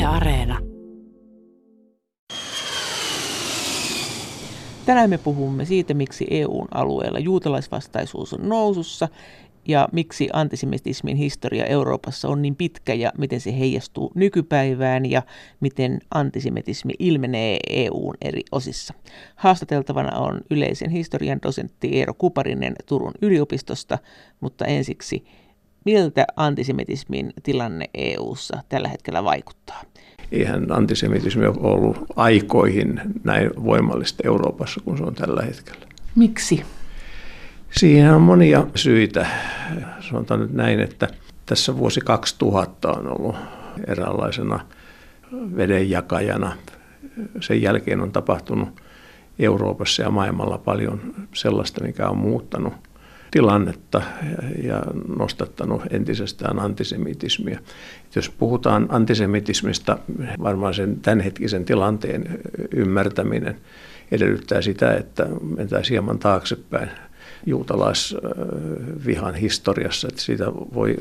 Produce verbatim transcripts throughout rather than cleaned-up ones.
Areena. Tänään me puhumme siitä, miksi E U:n alueella juutalaisvastaisuus on nousussa ja miksi antisemitismin historia Euroopassa on niin pitkä ja miten se heijastuu nykypäivään ja miten antisemitismi ilmenee E U:n eri osissa. Haastateltavana on yleisen historian dosentti Eero Kuparinen Turun yliopistosta, mutta ensiksi, miltä antisemitismin tilanne E U:ssa tällä hetkellä vaikuttaa? Eihän antisemitismi ole ollut aikoihin näin voimallista Euroopassa kuin se on tällä hetkellä. Miksi? Siihen on monia syitä. Sanotaan nyt näin, että tässä vuosi kaksituhatta on ollut eräänlaisena vedenjakajana. Sen jälkeen on tapahtunut Euroopassa ja maailmalla paljon sellaista, mikä on muuttanut tilannetta ja nostattanut entisestään antisemitismiä. Jos puhutaan antisemitismista, varmaan sen tämänhetkisen tilanteen ymmärtäminen edellyttää sitä, että mentäisiin hieman taaksepäin juutalaisvihan historiassa, että siitä voi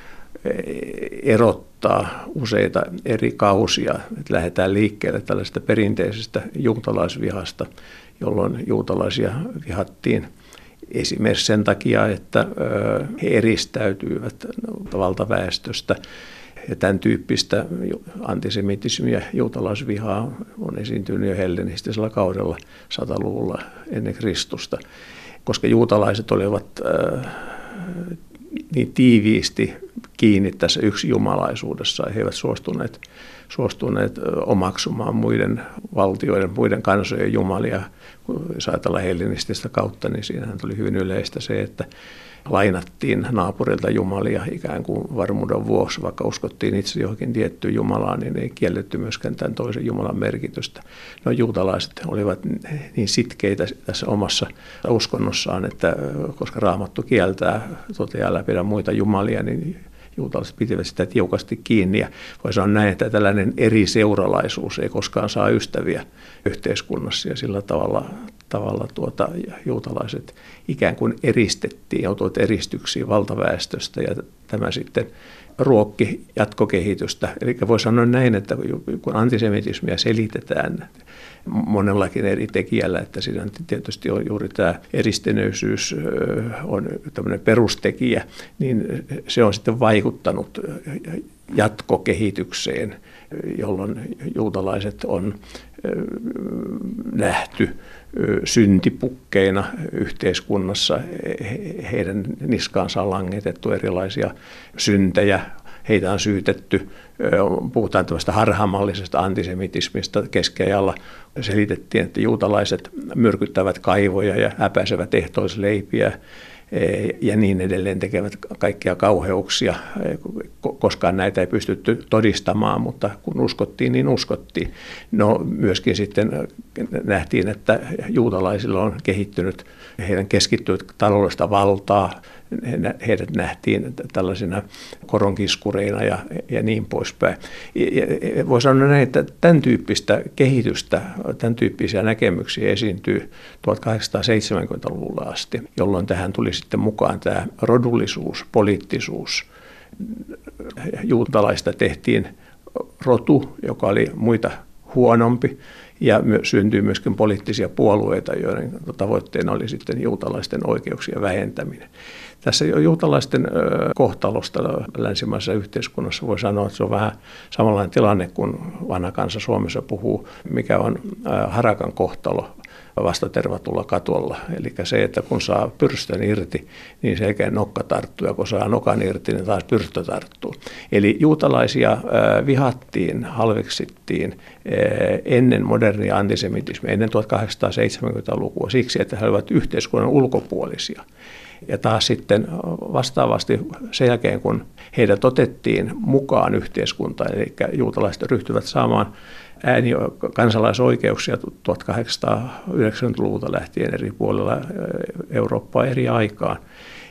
erottaa useita eri kausia, että lähdetään liikkeelle tällaisesta perinteisestä juutalaisvihasta, jolloin juutalaisia vihattiin esimerkiksi sen takia, että he eristäytyivät valtaväestöstä. Ja tämän tyyppistä antisemitismiä, juutalaisvihaa on esiintynyt jo hellenistisellä kaudella sataluvulla ennen Kristusta, koska juutalaiset olivat niin tiiviisti kiinni tässä yksijumalaisuudessa. He eivät suostuneet, suostuneet omaksumaan muiden valtioiden, muiden kansojen jumalia. Jos ajatellaan hellenististä kautta, niin siinähän tuli hyvin yleistä se, että lainattiin naapurilta jumalia ikään kuin varmuuden vuoksi, vaikka uskottiin itse johonkin tiettyyn jumalaan, niin ei kielletty myöskään tämän toisen jumalan merkitystä. No, juutalaiset olivat niin sitkeitä tässä omassa uskonnossaan, että koska Raamattu kieltää, toteaa älä pidä muita jumalia, niin juutalaiset pitivät sitä tiukasti kiinni. Ja voi sanoa näin, että tällainen eri seuralaisuus ei koskaan saa ystäviä yhteiskunnassa ja sillä tavalla tavalla tuota, juutalaiset ikään kuin eristettiin, joutuivat eristyksiin valtaväestöstä ja tämä sitten ruokki jatkokehitystä. Eli voi sanoa näin, että kun antisemitismiä selitetään monellakin eri tekijällä, että siinä tietysti on juuri tämä eristyneisyys on tämmöinen perustekijä, niin se on sitten vaikuttanut jatkokehitykseen, jolloin juutalaiset on nähty syntipukkeina yhteiskunnassa. Heidän niskaansa on langetettu erilaisia syntejä. Heitä on syytetty. Puhutaan tällaista harhamallisesta antisemitismistä. Keskiajalla selitettiin, että juutalaiset myrkyttävät kaivoja ja äpäisevät ehtoisleipiä ja niin edelleen, tekevät kaikkia kauheuksia. Koskaan näitä ei pystytty todistamaan, mutta kun uskottiin, niin uskottiin. No myöskin sitten nähtiin, että juutalaisilla on kehittynyt, heidän keskittynyt taloudellista valtaa, heidät nähtiin tällaisina koronkiskureina ja, ja niin poispäin. Ja voi sanoa näin, että tämän tyyppistä kehitystä, tämän tyyppisiä näkemyksiä esiintyy tuhatkahdeksansataaseitsemänkymmentäluvulla asti, jolloin tähän tuli sitten mukaan tämä rodullisuus, poliittisuus. Juutalaista tehtiin rotu, joka oli muita huonompi, ja syntyi myöskin poliittisia puolueita, joiden tavoitteena oli sitten juutalaisten oikeuksien vähentäminen. Tässä juutalaisten kohtalosta länsimaisessa yhteiskunnassa voi sanoa, että se on vähän samanlainen tilanne kuin vanha kansa Suomessa puhuu, mikä on harakan kohtalo vastatervatulla katolla. Eli se, että kun saa pyrstön irti, niin selkeä nokka tarttuu, ja kun saa nokan irti, niin taas pyrstö tarttuu. Eli juutalaisia vihattiin, halveksittiin ennen modernia antisemitismia, ennen tuhatkahdeksansataaseitsemänkymmentälukua, siksi, että he olivat yhteiskunnan ulkopuolisia. Ja taas sitten vastaavasti sen jälkeen, kun heidät otettiin mukaan yhteiskuntaan, eli juutalaiset ryhtyivät saamaan ääni- kansalaisoikeuksia tuhatkahdeksansataayhdeksänkymmentäluvulta lähtien eri puolilla Eurooppaa eri aikaan,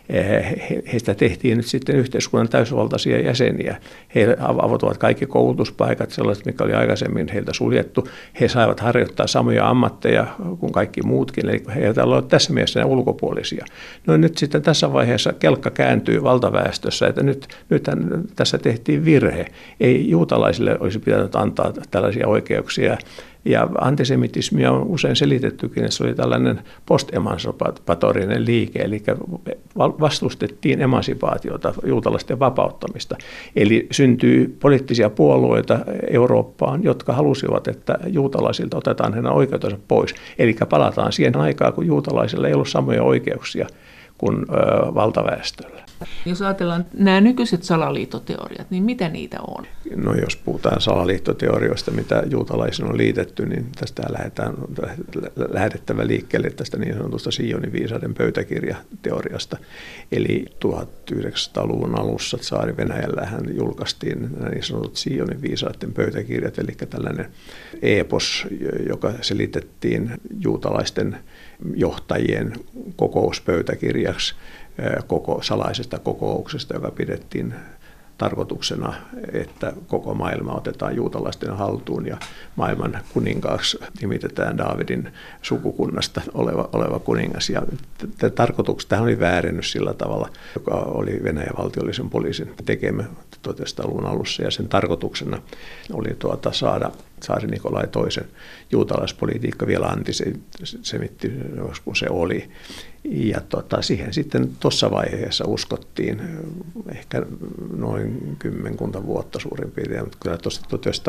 heistä tehtiin nyt sitten yhteiskunnan täysivaltaisia jäseniä. He avautuvat kaikki koulutuspaikat, sellaiset, mikä oli aikaisemmin heiltä suljettu. He saivat harjoittaa samoja ammatteja kuin kaikki muutkin, eli he eivät ole tässä mielessä ulkopuolisia. No nyt sitten tässä vaiheessa kelkka kääntyy valtaväestössä, että nyt, nythän tässä tehtiin virhe. Ei juutalaisille olisi pitänyt antaa tällaisia oikeuksia. Ja antisemitismia on usein selitettykin, että se oli tällainen post-emansipatorinen liike, eli vastustettiin emansipaatiota, juutalaisten vapauttamista. Eli syntyy poliittisia puolueita Eurooppaan, jotka halusivat, että juutalaisilta otetaan heidän oikeutensa pois. Eli palataan siihen aikaan, kun juutalaisilla ei ollut samoja oikeuksia kuin ö, valtaväestöllä. Jos ajatellaan nämä nykyiset salaliittoteoriat, niin mitä niitä on? No jos puhutaan salaliittoteorioista, mitä juutalaisiin on liitetty, niin tästä lähdetään lähdettävä liikkeelle tästä niin sanotusta Sionin viisauden pöytäkirjateoriasta. Eli tuhatyhdeksänsataaluvun alussa Tsaari-Venäjällähän julkaistiin niin sanotut Sionin viisaiden pöytäkirjat, eli tällainen epos, joka selitettiin juutalaisten johtajien kokouspöytäkirjaksi koko salaisesta kokouksesta, joka pidettiin tarkoituksena, että koko maailma otetaan juutalaisten haltuun ja maailman kuninkaaksi nimitetään Daavidin sukukunnasta oleva, oleva kuningas. Ja tarkoituksena tähän oli väärennys sillä tavalla, joka oli Venäjän valtiollisen poliisin tekemä tuhatsataluvun alussa, ja sen tarkoituksena oli tuota saada Tsaari Nikolai toisen juutalaispolitiikka vielä antisemitti, kun se oli. Ja tota, siihen sitten tuossa vaiheessa uskottiin ehkä noin kymmenkunta vuotta suurin piirtein, mutta kyllä tuossa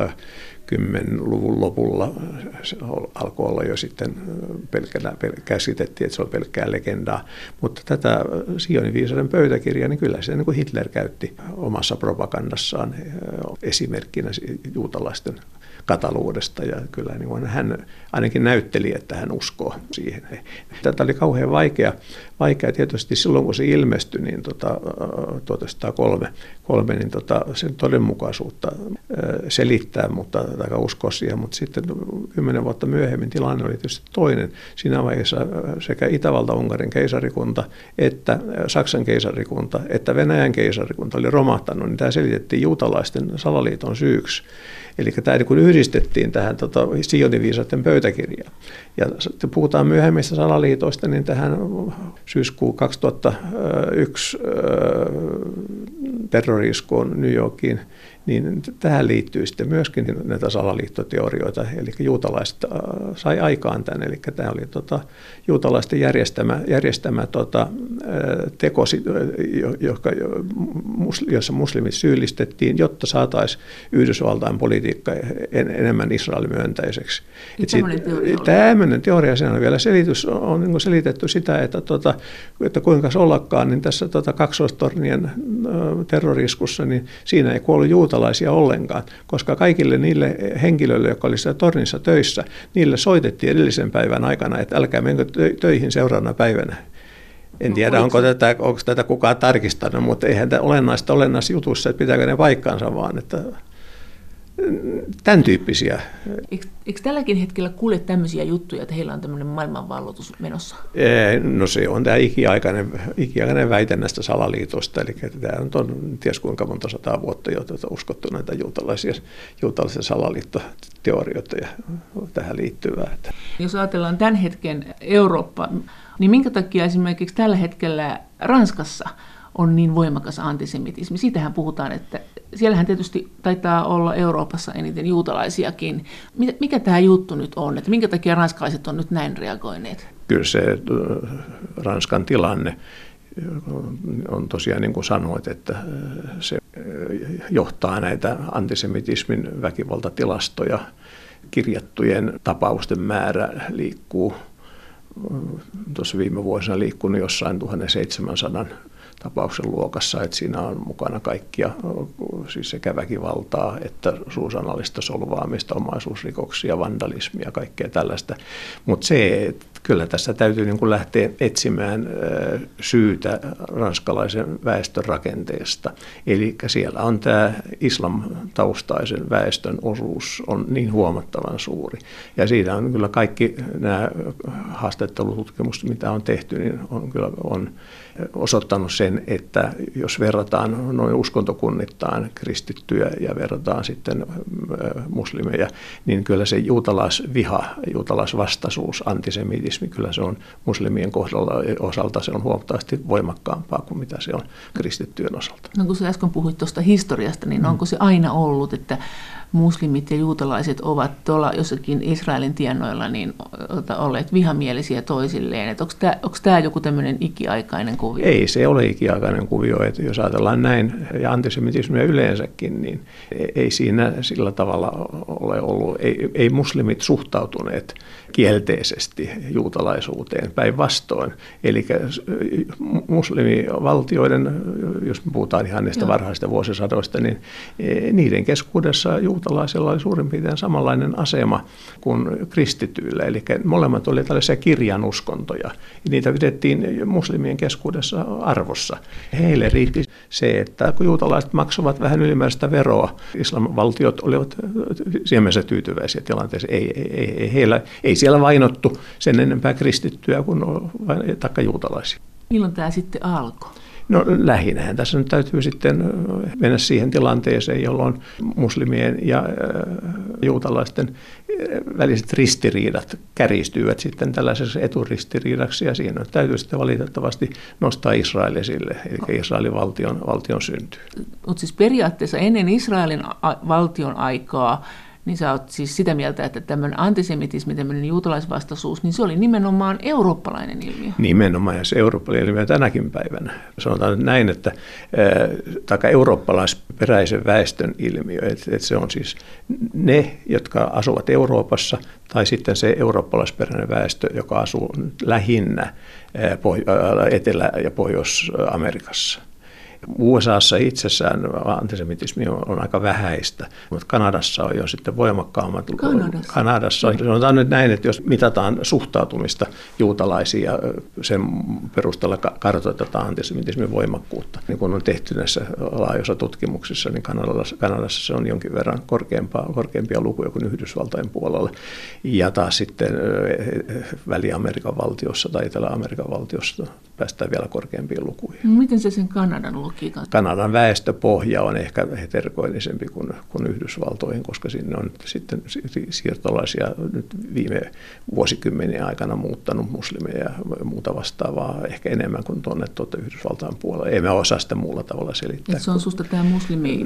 tuhatyhdeksänsataakymmentäluvun lopulla se alkoi olla jo sitten pelkkänä, pel, käsitettiin, että se oli pelkkää legendaa. Mutta tätä Sionin viisauden pöytäkirjaa, niin kyllä se niin kuin Hitler käytti omassa propagandassaan esimerkkinä juutalaisten kataluudesta, ja kyllä niin kuin hän ainakin näytteli, että hän uskoo siihen. Tätä oli kauhean vaikea, vaikea tietysti silloin, kun se ilmestyi, niin tota, tuhatyhdeksänsataakolme, kolme, niin tota, sen todenmukaisuutta selittää, mutta tai uskoa siihen, mutta sitten kymmenen vuotta myöhemmin tilanne oli tietysti toinen. Siinä vaiheessa sekä Itävalta-Unkarin keisarikunta, että Saksan keisarikunta, että Venäjän keisarikunta oli romahtanut, niin tämä selitettiin juutalaisten salaliiton syyksi. Eli tämä niin yhdistettiin tähän tota, Sionin viisaiden pöytäkirjaan. Ja sitten puhutaan myöhemmistä salaliitoista, niin tähän syyskuun kaksituhattayksi äh, terrori-iskuun New Yorkiin, niin tähän liittyy sitten myöskin näitä salaliittoteorioita, eli juutalaiset äh, sai aikaan tämän, eli tämä oli tota, juutalaisten järjestämä, järjestämä tota, teko, joka, jossa muslimit syyllistettiin, jotta saataisiin Yhdysvaltain politiikka en, enemmän Israel-myönteiseksi. Tämmöinen teoria, sen on vielä selitys, on niin selitetty sitä, että, tota, että kuinka ollakaan, niin tässä tota, kaksoistornien terroriskussa, niin siinä ei kuollut juutalaisia ollenkaan, koska kaikille niille henkilöille, jotka olivat siellä tornissa töissä, niille soitettiin edellisen päivän aikana, että älkää menkö töihin seuraavana päivänä. En tiedä, onko tätä, onko tätä kukaan tarkistanut, mutta eihän tämä olennaista olennaisessa jutussa, että pitääkö ne paikkaansa vaan, että tämän tyyppisiä. Eikö, eikö tälläkin hetkellä kuule tämmöisiä juttuja, että heillä on tämmöinen maailmanvalloitus menossa? No se on tämä ikiaikainen, ikiaikainen väite näistä salaliitosta, eli tämä on ties kuinka monta sataa vuotta jo uskottu näitä juutalaisia, juutalaisia salaliittoteorioita ja tähän liittyvää. Jos ajatellaan tämän hetken Eurooppa, niin minkä takia esimerkiksi tällä hetkellä Ranskassa on niin voimakas antisemitismi? Siitähän puhutaan, että siellähän tietysti taitaa olla Euroopassa eniten juutalaisiakin. Mikä tämä juttu nyt on, että minkä takia ranskalaiset on nyt näin reagoineet? Kyllä se Ranskan tilanne on tosiaan niin kuin sanoit, että se johtaa näitä antisemitismin väkivaltatilastoja. Kirjattujen tapausten määrä liikkuu, tuossa viime vuosina liikkunut jossain tuhatseitsemänsataa tapauksen luokassa, että siinä on mukana kaikkia, siis sekä väkivaltaa että suusanallista solvaamista, omaisuusrikoksia, vandalismia, kaikkea tällaista. Mutta se, Kyllä tässä täytyy niin kuin lähteä etsimään syytä ranskalaisen väestön rakenteesta. Eli siellä on tämä islam-taustaisen väestön osuus on niin huomattavan suuri. Ja siinä on kyllä kaikki nämä haastattelututkimukset, mitä on tehty, niin on kyllä on osoittanut sen, että jos verrataan noin uskontokunnittain kristittyjä ja verrataan sitten muslimeja, niin kyllä se juutalaisviha, juutalaisvastaisuus, antisemitismi, kyllä se on muslimien kohdalla osalta se on huomattavasti voimakkaampaa kuin mitä se on kristittyjen osalta. No kun sä äsken puhuit tuosta historiasta, niin onko se aina ollut, että muslimit ja juutalaiset ovat tuolla jossakin Israelin tienoilla niin olleet vihamielisiä toisilleen? Onko tämä, onko tämä joku tämmöinen ikiaikainen kuvio? Ei se ole ikiaikainen kuvio. Että jos ajatellaan näin, ja antisemitismiä yleensäkin, niin ei siinä sillä tavalla ole ollut. Ei, ei muslimit suhtautuneet kielteisesti juutalaisuuteen päinvastoin. Eli muslimivaltioiden, jos puhutaan ihan näistä varhaisista vuosisadoista, niin niiden keskuudessa juutalaisilla oli suurin piirtein samanlainen asema kuin kristityillä. Eli molemmat olivat tällaisia kirjanuskontoja. Niitä pidettiin muslimien keskuudessa arvossa. Heille riitti se, että kun juutalaiset maksavat vähän ylimääräistä veroa, islamvaltiot olivat siihen mielessä tyytyväisiä tilanteeseen. Ei, ei, ei, heillä, ei siellä vainottu sen enempää kristittyä kuin taikka juutalaisia. Milloin tämä sitten alkoi? No lähinnähän tässä nyt täytyy sitten mennä siihen tilanteeseen, jolloin muslimien ja juutalaisten väliset ristiriidat kärjistyvät sitten tällaisessa eturistiriidaksi, ja siinä täytyy sitten valitettavasti nostaa Israel esille, eli Israelin valtion, valtion syntyy. Mutta siis periaatteessa ennen Israelin valtion aikaa, niin sä oot siis sitä mieltä, että tämmöinen antisemitismi, tämmöinen juutalaisvastaisuus, niin se oli nimenomaan eurooppalainen ilmiö. Nimenomaan, ja se eurooppalainen ilmiö tänäkin päivänä. Sanotaan nyt näin, että taka eurooppalaisperäisen väestön ilmiö, että, että se on siis ne, jotka asuvat Euroopassa, tai sitten se eurooppalaisperäinen väestö, joka asuu lähinnä Etelä- ja Pohjois-Amerikassa. U S A:ssa itsessään antisemitismi on aika vähäistä, mutta Kanadassa on jo sitten voimakkaammat. Kanadassa. Kanadassa. Sanotaan nyt näin, että jos mitataan suhtautumista juutalaisiin ja sen perusteella kartoitetaan antisemitismin voimakkuutta, niin kun on tehty näissä laajoissa tutkimuksissa, niin Kanadassa, Kanadassa se on jonkin verran korkeampaa, korkeampia lukuja kuin Yhdysvaltain puolella. Ja taas sitten Väli-Amerikan valtiossa tai Etelä-Amerikan valtiossa päästään vielä korkeampiin lukuihin. No, miten se sen Kanadan logiikan? Kanadan väestöpohja on ehkä heterogeenisempi kuin, kuin Yhdysvaltoihin, koska sinne on sitten siirtolaisia nyt viime vuosikymmenien aikana muuttanut muslimeja ja muuta vastaavaa ehkä enemmän kuin tuonne tuota Yhdysvaltain puolella. Ei me osaa sitä muulla tavalla selittää. Et se on susta tämä muslimien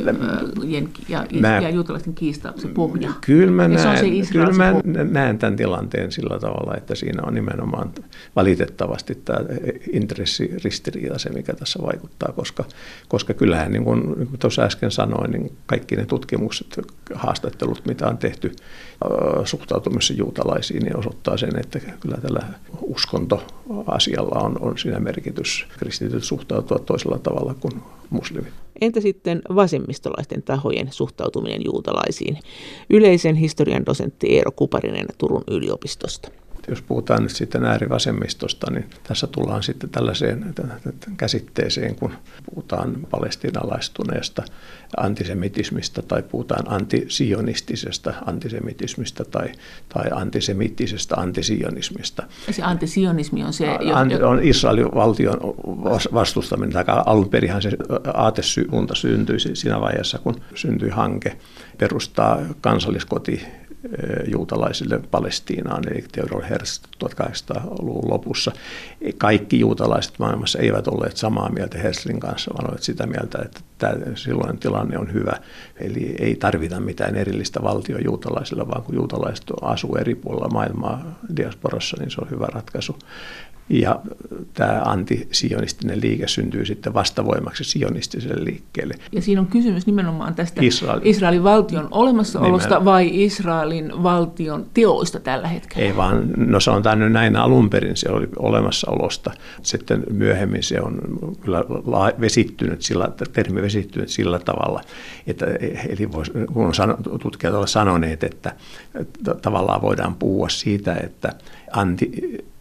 ja, mä, ja juutalaisten kiista se pohja. Kyllä mä, näen, se kyllä mä näen tämän tilanteen sillä tavalla, että siinä on nimenomaan valitettavasti tämä intressiristiriita se, mikä tässä vaikuttaa, koska, koska kyllähän, niin kuin, niin kuin tuossa äsken sanoin, niin kaikki ne tutkimukset, haastattelut, mitä on tehty suhtautumissa juutalaisiin, niin osoittaa sen, että kyllä tällä uskontoasialla on, on siinä merkitys. Kristityt suhtautua toisella tavalla kuin muslimit. Entä sitten vasemmistolaisten tahojen suhtautuminen juutalaisiin? Yleisen historian dosentti Eero Kuparinen Turun yliopistosta. Jos puhutaan nyt sitten äärivasemmistosta, niin tässä tullaan sitten tällaiseen käsitteeseen, kun puhutaan palestiinalaistuneesta antisemitismistä tai puhutaan antisionistisesta antisemitismistä tai, tai antisemittisestä antisionismista. Se antisionismi on se... Anti, on Israelin valtion vastustaminen, tai alun perinhän se aatesuunta syntyi siinä vaiheessa, kun syntyi hanke perustaa kansalliskoti juutalaisille Palestiinaan, eli Theodor Herzl tuhatkahdeksansataaluvun lopussa. Kaikki juutalaiset maailmassa eivät olleet samaa mieltä Herzlin kanssa, vaan olivat sitä mieltä, että tämä silloin tilanne on hyvä. Eli ei tarvita mitään erillistä valtio juutalaisille, vaan kun juutalaiset asuu eri puolilla maailmaa diasporassa, niin se on hyvä ratkaisu. Ja tämä antisionistinen liike syntyy sitten vastavoimaksi sionistiselle liikkeelle. Ja siinä on kysymys nimenomaan tästä Israel. Israelin valtion olemassaolosta Nimenomaan. vai Israelin valtion teoista tällä hetkellä? Ei vaan, no sanotaan nyt näin alun perin se oli olemassaolosta. Sitten myöhemmin se on kyllä vesittynyt sillä, termi vesittynyt sillä tavalla, että eli vois, kun tutkijat ovat sanoneet, että tavallaan voidaan puhua siitä, että anti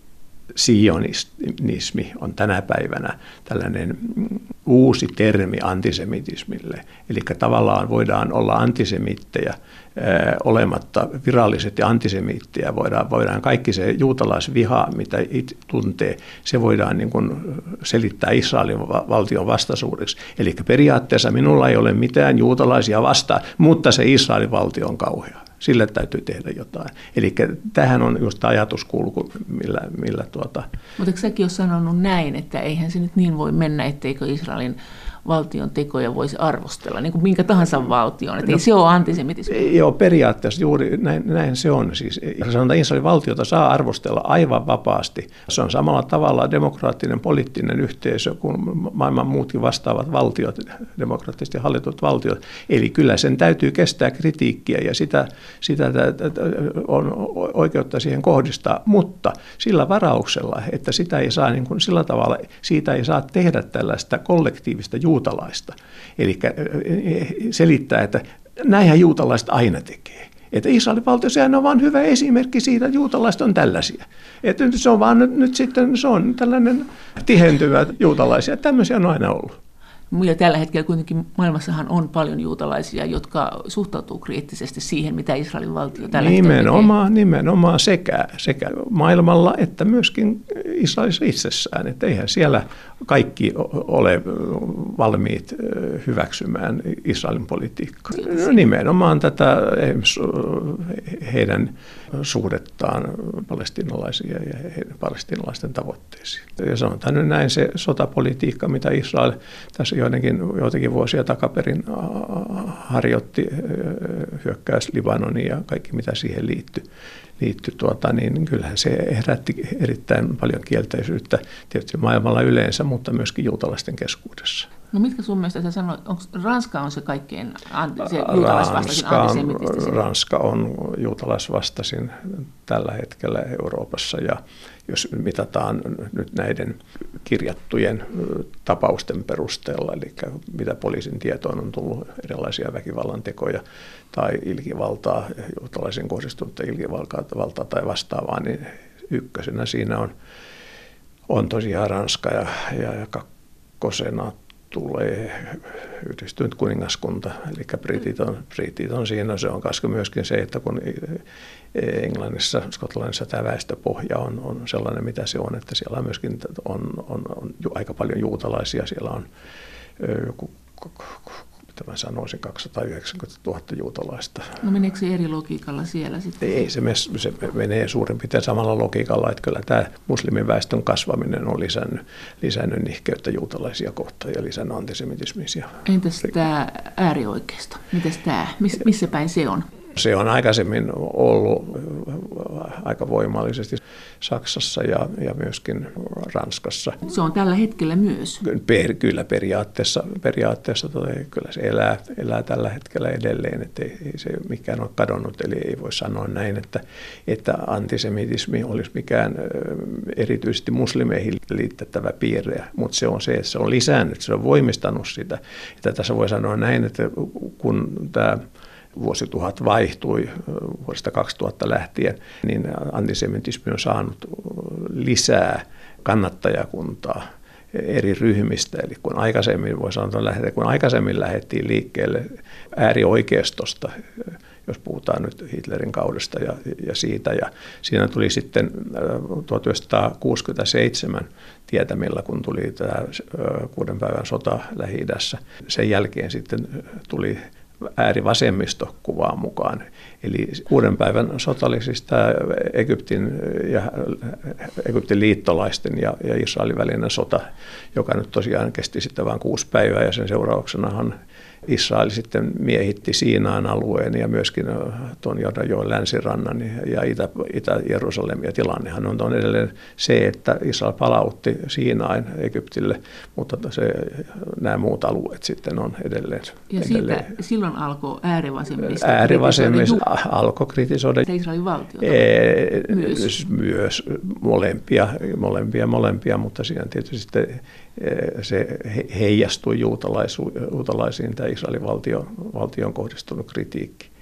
sionismi on tänä päivänä tällainen uusi termi antisemitismille. Eli tavallaan voidaan olla antisemittejä olematta viralliset ja antisemittejä. Voidaan, voidaan kaikki se juutalaisviha, mitä itse tuntee, se voidaan niin kuin selittää Israelin valtion vastaisuudeksi. Eli periaatteessa minulla ei ole mitään juutalaisia vastaan, mutta se Israelin valtio on kauhea. Sille täytyy tehdä jotain. Eli tämähän on just ajatuskulku, millä... millä tuota... Mutta eikö säkin ole sanonut näin, että eihän se nyt niin voi mennä, etteikö Israelin valtion tekoja voisi arvostella, niin kuin minkä tahansa valtion, että no, ei se ole antisemitismi. Joo, periaatteessa juuri näin, näin se on. Siis, sanotaan, Israelin valtiota saa arvostella aivan vapaasti. Se on samalla tavalla demokraattinen poliittinen yhteisö kuin maailman muutkin vastaavat valtiot, demokraattisesti hallitut valtiot. Eli kyllä sen täytyy kestää kritiikkiä ja sitä, sitä on oikeutta siihen kohdistaa, mutta sillä varauksella, että sitä ei saa, niin kuin sillä tavalla, siitä ei saa tehdä tällaista kollektiivista juutalaista. Eli selittää, että näinhän juutalaiset aina tekee. Että Israelin valtio, sehän on vain hyvä esimerkki siitä, että juutalaiset on tällaisia. Että se on vaan nyt, nyt sitten, se on tällainen tihentyvä juutalaisia. Tämmöisiä on aina ollut. Ja tällä hetkellä kuitenkin maailmassahan on paljon juutalaisia, jotka suhtautuu kriittisesti siihen, mitä Israelin valtio tällä hetkellä nimenomaan, tekee. Nimenomaan sekä, sekä maailmalla että myöskin Israelissa itsessään. Että eihän siellä kaikki ole valmiit hyväksymään Israelin politiikkaa. No, nimenomaan tätä heidän suhdettaan palestiinalaisia ja heidän palestiinalaisten tavoitteisiin. Ja sanotaan nyt näin, se sotapolitiikka, mitä Israel tässä jotenkin, jotenkin vuosia takaperin harjoitti, hyökkäys Libanoniin ja kaikki mitä siihen liittyi, liittyi tuota, niin kyllähän se herätti erittäin paljon kielteisyyttä tietysti maailmalla yleensä, mutta myöskin juutalaisten keskuudessa. No mitkä sun mielestä sä sanoit, onko Ranska on se kaikkein se juutalaisvastaisin antisemitistisin? Ranska on juutalaisvastaisin tällä hetkellä Euroopassa ja jos mitataan nyt näiden kirjattujen tapausten perusteella, eli mitä poliisin tietoon on tullut erilaisia väkivallan tekoja tai ilkivaltaa, juutalaisiin kohdistunutta ilkivaltaa tai vastaavaa, niin ykkösenä siinä on, on tosiaan Ranska ja, ja, ja kakkosena tulee Yhdistynyt kuningaskunta, eli britit on, britit on siinä. Se on koska myöskin se, että kun Englannissa, Skotlannissa tämä väestöpohja on, on sellainen, mitä se on, että siellä myöskin on, on, on aika paljon juutalaisia. Siellä on joku, mitä mä sanoisin, kaksisataayhdeksänkymmentätuhatta juutalaista. No meneekö se eri logiikalla siellä sitten? Ei, se, se menee suurin piirtein samalla logiikalla, että kyllä tämä muslimiväestön kasvaminen on lisännyt, lisännyt nihkeyttä juutalaisia kohtaan ja lisännyt antisemitismisiä. Entäs tämä äärioikeisto? Mitäs tämä? Missä päin se on? Se on aikaisemmin ollut aika voimallisesti Saksassa ja, ja myöskin Ranskassa. Se on tällä hetkellä myös? Per, kyllä periaatteessa, periaatteessa tota, kyllä se elää, elää tällä hetkellä edelleen, että ei, ei se mikään ole kadonnut. Eli ei voi sanoa näin, että, että antisemitismi olisi mikään erityisesti muslimeihin liitettävä piirre, mutta se on se, että se on lisännyt, se on voimistanut sitä. Että tässä voi sanoa näin, että kun tämä vuosituhat vaihtui vuodesta kaksituhatta lähtien, niin antisemitismi on saanut lisää kannattajakuntaa eri ryhmistä. Eli kun aikaisemmin, voi sanoa, että kun aikaisemmin lähdettiin liikkeelle äärioikeistosta, jos puhutaan nyt Hitlerin kaudesta ja, ja siitä, ja siinä tuli sitten tuhatyhdeksänsataakuusikymmentäseitsemän tietämillä, kun tuli tämä kuuden päivän sota Lähi-idässä. Sen jälkeen sitten tuli äärivasemmisto kuvaan mukaan. Eli kuuden päivän sota oli siis tämä Egyptin, ja, Egyptin liittolaisten ja, ja Israelin välinen sota, joka nyt tosiaan kesti sitten vain kuusi päivää, ja sen seurauksenahan Israel sitten miehitti Siinain alueen ja myöskin tuon Jordanjoen länsirannan ja Itä, Itä-Jerusalemia. Tilannehan on, on edelleen se, että Israel palautti Siinain Egyptille, mutta se, nämä muut alueet sitten on edelleen. Ja edelleen. Siitä silloin alkoi äärivasemmista Äärivasemmista alkoi kritisoida Israelin valtiota. Myös. Myös molempia, molempia, molempia, mutta siinä tietysti se heijastui juutalaisiin, tämä Israelin valtio, valtion kohdistunut kritiikki.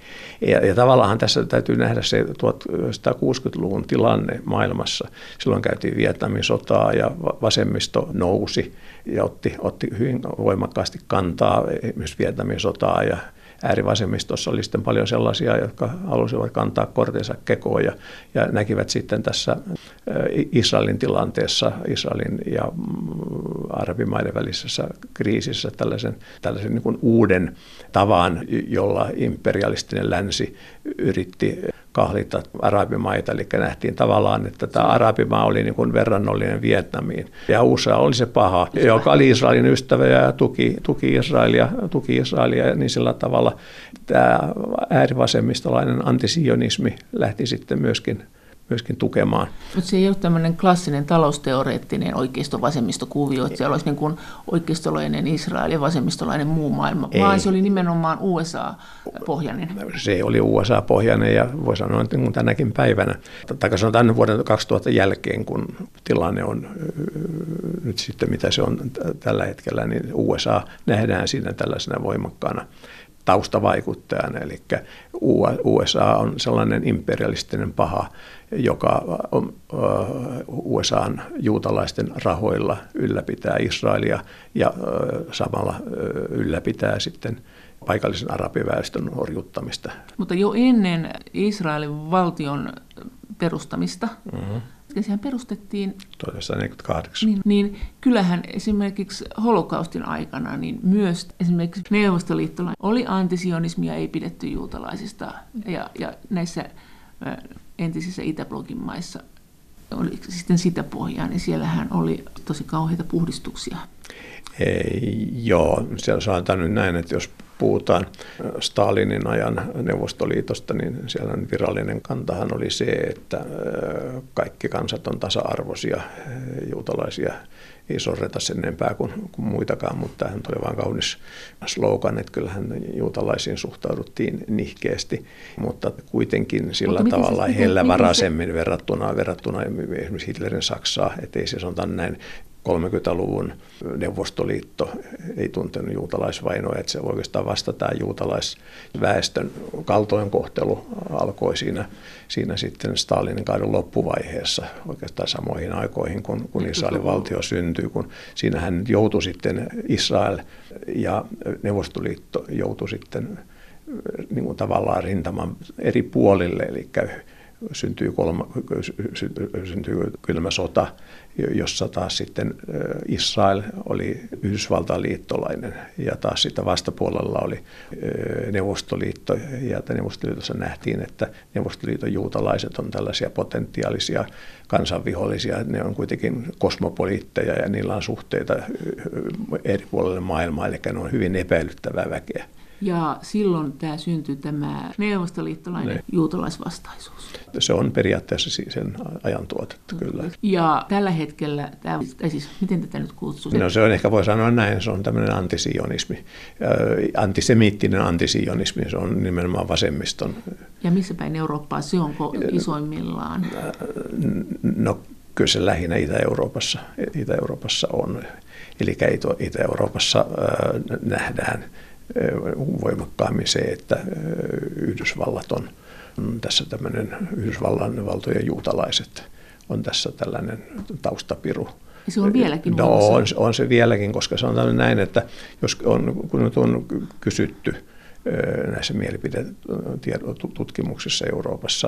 Ja, ja tavallaan tässä täytyy nähdä se tuhatyhdeksänsataakuusikymmentäluvun tilanne maailmassa. Silloin käytiin Vietnamin sotaa ja vasemmisto nousi ja otti, otti hyvin voimakkaasti kantaa myös Vietnamin sotaa ja äärivasemmistossa oli sitten paljon sellaisia, jotka halusivat kantaa kortensa kekoon ja, ja näkivät sitten tässä Israelin tilanteessa, Israelin ja arabimaiden välisessä kriisissä tällaisen, tällaisen niin kuin uuden tavan, jolla imperialistinen länsi yritti kahlita arabimaita, eli nähtiin tavallaan, että tämä arabimaa oli niin kuin verrannollinen Vietnamiin. Ja U S A oli se paha, joka oli Israelin ystävä ja tuki, tuki, Israelia, tuki Israelia, niin sillä tavalla tämä äärivasemmistolainen antisionismi lähti sitten myöskin myöskin tukemaan. Mutta se ei ole tämmöinen klassinen talousteoreettinen oikeisto-vasemmistokuvio, että siellä olisi niin kuin oikeistolainen Israel ja vasemmistolainen muu maailma, ei. Vaan se oli nimenomaan U S A-pohjainen. Se oli U S A-pohjainen ja voi sanoa, että tänäkin päivänä, tai sanotaan vuoden kaksituhatta jälkeen, kun tilanne on nyt sitten mitä se on tällä hetkellä, niin U S A nähdään siinä tällaisena voimakkaana taustavaikuttajana, eli U S A on sellainen imperialistinen paha, joka on U S A:n juutalaisten rahoilla ylläpitää Israelia ja samalla ylläpitää sitten paikallisen arabiväestön horjuttamista. Mutta jo ennen Israelin valtion perustamista, mm-hmm. ja sehän perustettiin tuhatyhdeksänsataaneljäkymmentäkahdeksan. Niin, niin kyllähän esimerkiksi holokaustin aikana niin myös esimerkiksi Neuvostoliittolla oli antisionismia, ei pidetty juutalaisista ja, ja näissä entisissä Itäblogin maissa oli sitten sitä pohjaa, niin siellähän oli tosi kauheita puhdistuksia. Ei, joo, siellä sanotaan nyt näin, että jos puhutaan Stalinin ajan Neuvostoliitosta, niin siellä virallinen kantahan oli se, että kaikki kansat on tasa-arvoisia, juutalaisia ei sorreta sen enempää kuin, kuin muitakaan, mutta tämähän oli vain kaunis slogan, että kyllähän juutalaisiin suhtauduttiin nihkeästi, mutta kuitenkin sillä mutta tavalla hellävaraisemmin verrattuna, verrattuna esimerkiksi Hitlerin Saksaa, ettei se sanotaan näin. kolmekymmentäluvun Neuvostoliitto ei tuntenut juutalaisvainoa, että se oikeastaan vasta tämä juutalaisväestön kaltoinkohtelu alkoi siinä, siinä sitten Stalinin kauden loppuvaiheessa, oikeastaan samoihin aikoihin, kun, kun Israelin valtio syntyi, kun siinähän joutui sitten Israel ja Neuvostoliitto joutui sitten niin kuin tavallaan rintaman eri puolille, eli syntyi, kolma, syntyi kylmä sota, jossa taas sitten Israel oli Yhdysvaltain liittolainen ja taas sitä vastapuolella oli Neuvostoliitto. Ja Neuvostoliitossa nähtiin, että Neuvostoliiton juutalaiset on tällaisia potentiaalisia kansanvihollisia. Ne on kuitenkin kosmopoliitteja ja niillä on suhteita eri puolille maailmaa, eli ne on hyvin epäilyttävää väkeä. Ja silloin tämä syntyi tämä neuvostoliittolainen ne. juutalaisvastaisuus. Se on periaatteessa sen ajan tuotetta, kyllä. Ja tällä hetkellä, tämä, tai siis miten tätä nyt kutsuu? No se on ehkä voi sanoa näin, se on tämmöinen antisionismi, antisemiittinen antisionismi, se on nimenomaan vasemmiston. Ja missä päin Eurooppaa se onko isoimmillaan? No kyllä se lähinnä Itä-Euroopassa, Itä-Euroopassa on. Eli Itä-Euroopassa nähdään voimakkaammin se, että Yhdysvallat on tässä tämmöinen Yhdysvallan valtojen juutalaiset on tässä tällainen taustapiru. Ja se on vieläkin no, on, on se vieläkin, koska se on näin, että jos on, kun on kysytty näissä mielipidetutkimuksissa Euroopassa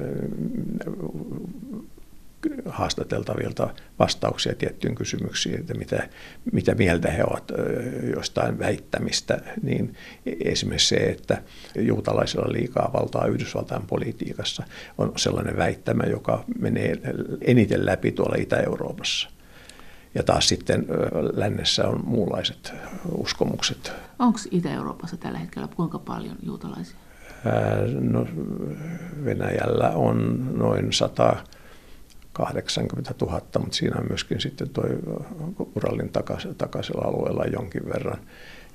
haastateltavilta vastauksia tiettyyn kysymyksiin, että mitä, mitä mieltä he ovat jostain väittämistä, niin esimerkiksi se, että juutalaisilla on liikaa valtaa Yhdysvaltain politiikassa, on sellainen väittämä, joka menee eniten läpi tuolla Itä-Euroopassa. Ja taas sitten lännessä on muunlaiset uskomukset. Onko Itä-Euroopassa tällä hetkellä kuinka paljon juutalaisia? No, Venäjällä on noin sata kahdeksankymmentätuhatta, mutta siinä on myöskin sitten tuo Uralin takaisella alueella jonkin verran.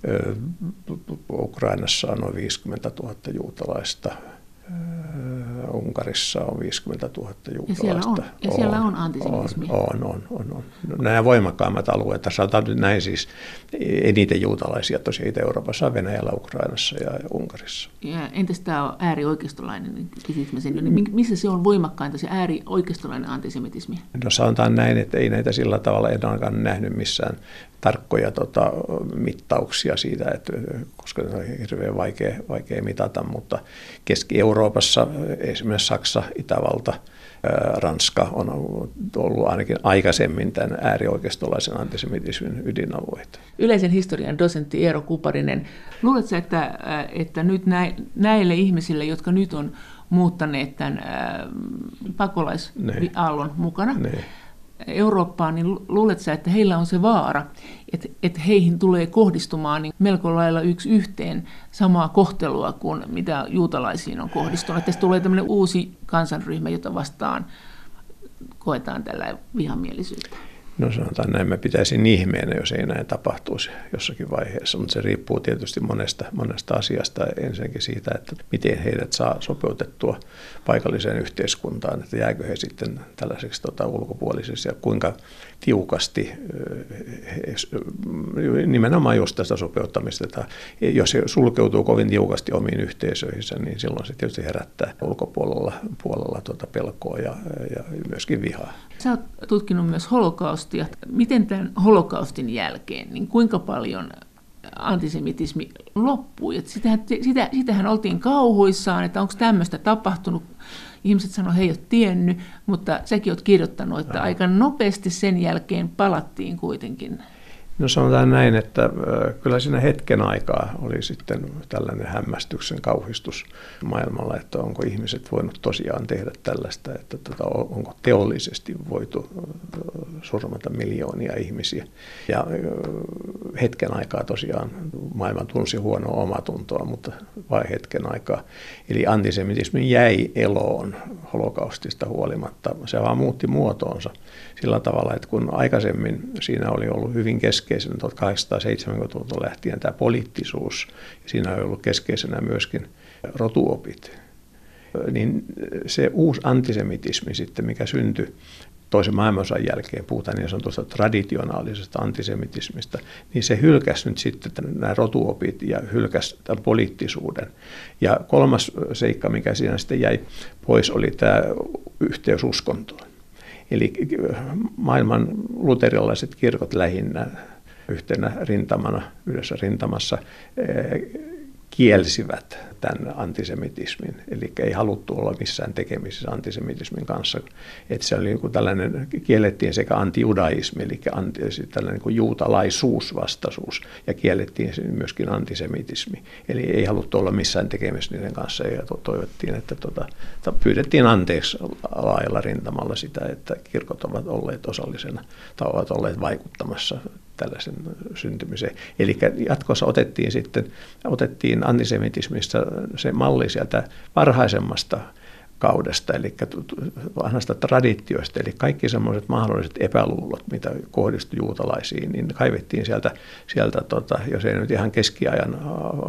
Ukrainassa on noin viisikymmentätuhatta juutalaista. Unkarissa on viisikymmentätuhatta juutalaista. Ja siellä on, ja siellä on antisemitismiä. On, on, on, on. Nämä voimakkaimmat alueet, tässä on näin siis eniten juutalaisia tosiaan Itä-Euroopassa, Venäjällä, Ukrainassa ja Unkarissa. Ja entäs tämä äärioikeistolainen, kysyisin sen, niin missä se on voimakkainta, se äärioikeistolainen antisemitismi? No sanotaan näin, että ei näitä sillä tavalla en ainakaan nähnyt missään tarkkoja tota, mittauksia siitä, että, koska se on hirveän vaikea, vaikea mitata, mutta Keski-Euroopassa, esimerkiksi Saksa, Itävalta, Ranska on ollut ainakin aikaisemmin tämän äärioikeistolaisen antisemitismin ydinalueita. Yleisen historian dosentti Eero Kuparinen, luuletko, että, että nyt näille ihmisille, jotka nyt on muuttaneet tämän pakolaisaallon mukana, ne. Eurooppaan, niin luuletko, että heillä on se vaara, että, että heihin tulee kohdistumaan niin melko lailla yksi yhteen samaa kohtelua kuin mitä juutalaisiin on kohdistunut. Tässä tulee tämmöinen uusi kansanryhmä, jota vastaan koetaan tällä vihamielisyyttä. No sanotaan näin, mä pitäisin ihmeenä, jos ei näin tapahtuisi jossakin vaiheessa, mutta se riippuu tietysti monesta, monesta asiasta. Ensinnäkin siitä, että miten heidät saa sopeutettua paikalliseen yhteiskuntaan, että jääkö he sitten tällaiseksi tota, ulkopuolisiksi ja kuinka tiukasti he, nimenomaan just tästä sopeuttamista, että jos he sulkeutuu kovin tiukasti omiin yhteisöihinsä, niin silloin se tietysti herättää ulkopuolella puolella tuota pelkoa ja, ja myöskin vihaa. Sä oot tutkinut myös holokaustia. Miten tämän holokaustin jälkeen, niin kuinka paljon antisemitismi loppui? Että sitähän, sitä, sitähän oltiin kauhuissaan, että onko tämmöistä tapahtunut. Ihmiset sanoivat, että he ei ole tiennyt, mutta säkin olet kirjoittanut, että aika nopeasti sen jälkeen palattiin kuitenkin. No sanotaan näin, että kyllä siinä hetken aikaa oli sitten tällainen hämmästyksen kauhistus maailmalla, että onko ihmiset voinut tosiaan tehdä tällaista, että tota, onko teollisesti voitu surmata miljoonia ihmisiä. Ja hetken aikaa tosiaan maailma tunsi huonoa omatuntoa, mutta vain hetken aikaa. Eli antisemitismi jäi eloon holokaustista huolimatta. Se vaan muutti muotoonsa sillä tavalla, että kun aikaisemmin siinä oli ollut hyvin keskeisenä tuhatkahdeksansataaseitsemänkymmentäluvulta lähtien tämä poliittisuus, ja siinä oli ollut keskeisenä myöskin rotuopit, niin se uusi antisemitismi sitten, mikä syntyi toisen maailmansodan jälkeen, puhutaan niin sanotusta traditionaalisesta antisemitismistä, niin se hylkäsi nyt sitten nämä rotuopit ja hylkäsi tämän poliittisuuden. Ja kolmas seikka, mikä siinä sitten jäi pois, oli tämä yhteys uskontoon. Eli maailman luterilaiset kirkot lähinnä yhtenä rintamana, yhdessä rintamassa kielsivät tämän antisemitismin. Eli ei haluttu olla missään tekemisissä antisemitismin kanssa. Että se oli niin tällainen, kiellettiin sekä antijudaismi, eli anti, tällainen niin juutalaisuusvastaisuus, ja kiellettiin myöskin antisemitismi. Eli ei haluttu olla missään tekemisissä niiden kanssa, ja toivottiin, että tuota, pyydettiin anteeksi laajalla rintamalla sitä, että kirkot ovat olleet osallisena tai ovat olleet vaikuttamassa tällaisen syntymiseen. Eli jatkossa otettiin sitten otettiin antisemitismistä se malli sieltä varhaisemmasta kaudesta, eli vanhasta traditioista, eli kaikki semmoiset mahdolliset epäluulot, mitä kohdistui juutalaisiin, niin kaivettiin sieltä, sieltä tota, jos ei nyt ihan keskiajan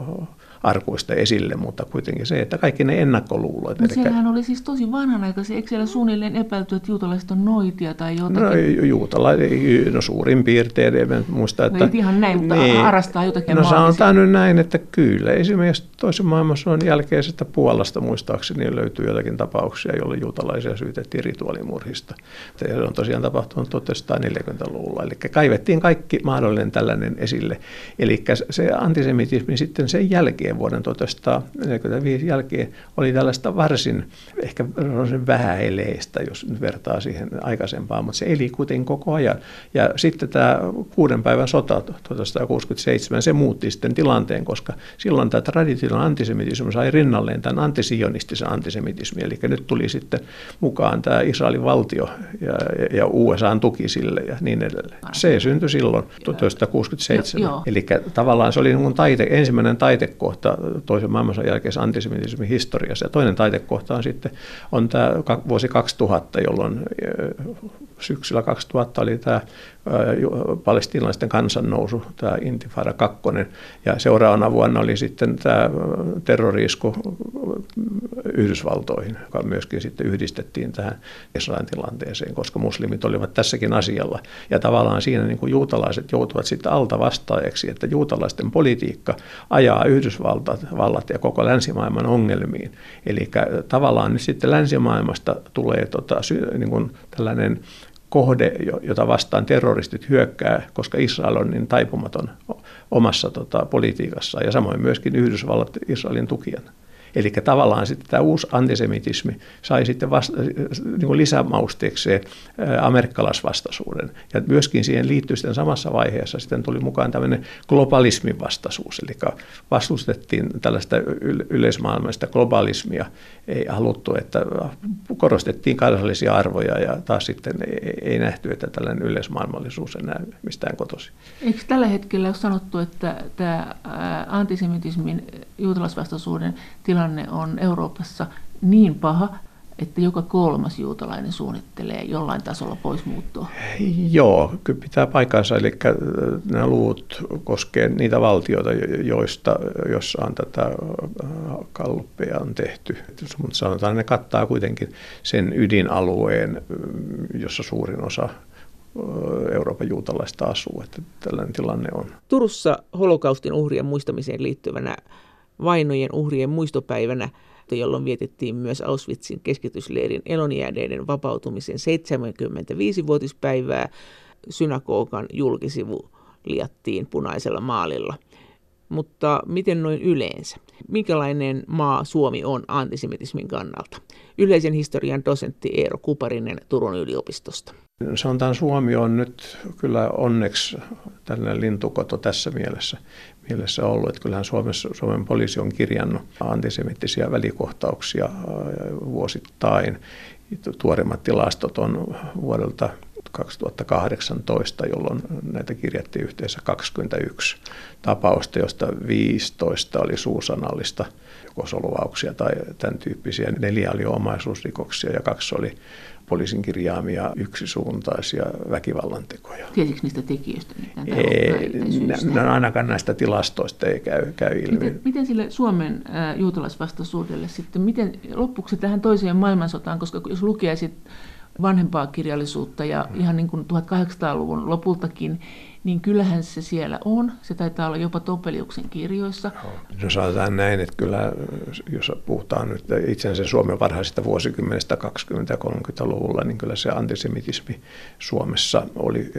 arkuista esille, mutta kuitenkin se, että kaikki ne ennakkoluulot. Mutta siellähän oli siis tosi vanhanaikaisia, eikö siellä suunnilleen epäilty, että juutalaiset on noitia tai jotakin? No, juutalaisia, no suurin piirtein, en muista, että... No ei ihan näin, mutta niin, harrastaa jotakin no maallisia. Sanotaan nyt näin, että kyllä. Esimerkiksi toisen maailmansodan jälkeisestä Puolasta muistaakseni löytyy jotakin tapauksia, jolloin juutalaisia syytettiin rituaalimurhista. Se on tosiaan tapahtunut tuhatyhdeksänsataaneljäkymmentäluvulla, eli kaivettiin kaikki mahdollinen tällainen esille. Eli se antisemitismi sitten sen jälkeen, vuoden tuhatyhdeksänsataaneljäkymmentäviisi jälkeen oli tällaista varsin ehkä vähäeleistä, jos nyt vertaa siihen aikaisempaan, mutta se eli kuitenkin koko ajan. Ja sitten tämä kuuden päivän sota tuhatyhdeksänsataakuusikymmentäseitsemän, se muutti sitten tilanteen, koska silloin tämä traditionaalinen antisemitismi sai rinnalleen tämän antisionistisen antisemitismin, eli nyt tuli sitten mukaan tämä Israelin valtio ja, ja U S A:n tuki sille ja niin edelleen. Se syntyi silloin tuhatyhdeksänsataakuusikymmentäseitsemän, no, eli tavallaan se oli niin kuin taite, ensimmäinen taitekohta toisen maailmansodan jälkeisen antisemitismin historiassa. Ja toinen taitekohta on sitten on tämä vuosi kaksituhatta, jolloin syksyllä kaksituhatta oli tämä palestiinalaisten kansannousu, tämä Intifada kaksi, ja seuraavana vuonna oli sitten tämä terrori-isku Yhdysvaltoihin, joka myöskin sitten yhdistettiin tähän Israelin tilanteeseen, koska muslimit olivat tässäkin asialla. Ja tavallaan siinä niin kuin juutalaiset joutuvat sitten altavastaajaksi, että juutalaisten politiikka ajaa Yhdysvallat ja koko länsimaailman ongelmiin. Eli tavallaan nyt sitten länsimaailmasta tulee tota, niin kuin tällainen kohde, jota vastaan terroristit hyökkää, koska Israel on niin taipumaton omassa tota, politiikassaan ja samoin myöskin Yhdysvallat Israelin tukijana. Eli tavallaan sitten tämä uusi antisemitismi sai sitten vasta, niin kuin lisämausteekseen amerikkalaisvastaisuuden. Ja myöskin siihen liittyy sitten samassa vaiheessa sitten tuli mukaan tämmöinen globalismin vastaisuus. Eli vastustettiin tällaista yleismaailmallista globalismia. Ei haluttu, että korostettiin kansallisia arvoja ja taas sitten ei nähty, että tällainen yleismaailmallisuus enää mistään kotoisin. Eikö tällä hetkellä ole sanottu, että tämä antisemitismin juutalaisvastaisuuden tilanne on Euroopassa niin paha, että joka kolmas juutalainen suunnittelee jollain tasolla poismuuttoa? Joo, kyllä pitää paikkansa. Eli nämä luvut koskevat niitä valtioita, joista, joissa on tätä gallupia on tehty. Mutta sanotaan, että ne kattaa kuitenkin sen ydinalueen, jossa suurin osa Euroopan juutalaista asuu, että tällainen tilanne on. Turussa holokaustin uhrien muistamiseen liittyvänä vainojen uhrien muistopäivänä, jolloin vietettiin myös Auschwitzin keskitysleirin elonjääneiden vapautumisen seitsemänkymmentäviisivuotispäivää, synagogan julkisivu liattiin punaisella maalilla. Mutta miten noin yleensä? Minkälainen maa Suomi on antisemitismin kannalta? Yleisen historian dosentti Eero Kuparinen Turun yliopistosta. Sanotaan, Suomi on nyt kyllä onneksi tällainen lintukoto tässä mielessä, mielessä ollut, että kyllähän Suomessa, Suomen poliisi on kirjannut antisemittisiä välikohtauksia vuosittain. Tuoreimmat tilastot on vuodelta kaksituhattakahdeksantoista, jolloin näitä kirjattiin yhteensä kaksikymmentäyksi tapausta, josta viisitoista oli suusanallista, joko solvauksia tai tämän tyyppisiä. Neljä oli omaisuusrikoksia ja kaksi oli poliisin kirjaamia yksisuuntaisia väkivallantekoja. Tiesitkö niistä tekijöistä? Ei, no ainakaan näistä tilastoista ei käy, käy ilmi. Miten, miten sille Suomen ä, juutalaisvastaisuudelle sitten, miten loppuksi tähän toiseen maailmansotaan, koska jos lukee sitten vanhempaa kirjallisuutta ja ihan niin kuin tuhatkahdeksansataaluvun lopultakin, niin kyllähän se siellä on. Se taitaa olla jopa Topeliuksen kirjoissa. No sanotaan näin, että kyllä jos puhutaan nyt itsensä Suomen varhaisista vuosikymmenistä kaksikymmentä- ja kolmekymmentäluvulla, niin kyllä se antisemitismi Suomessa oli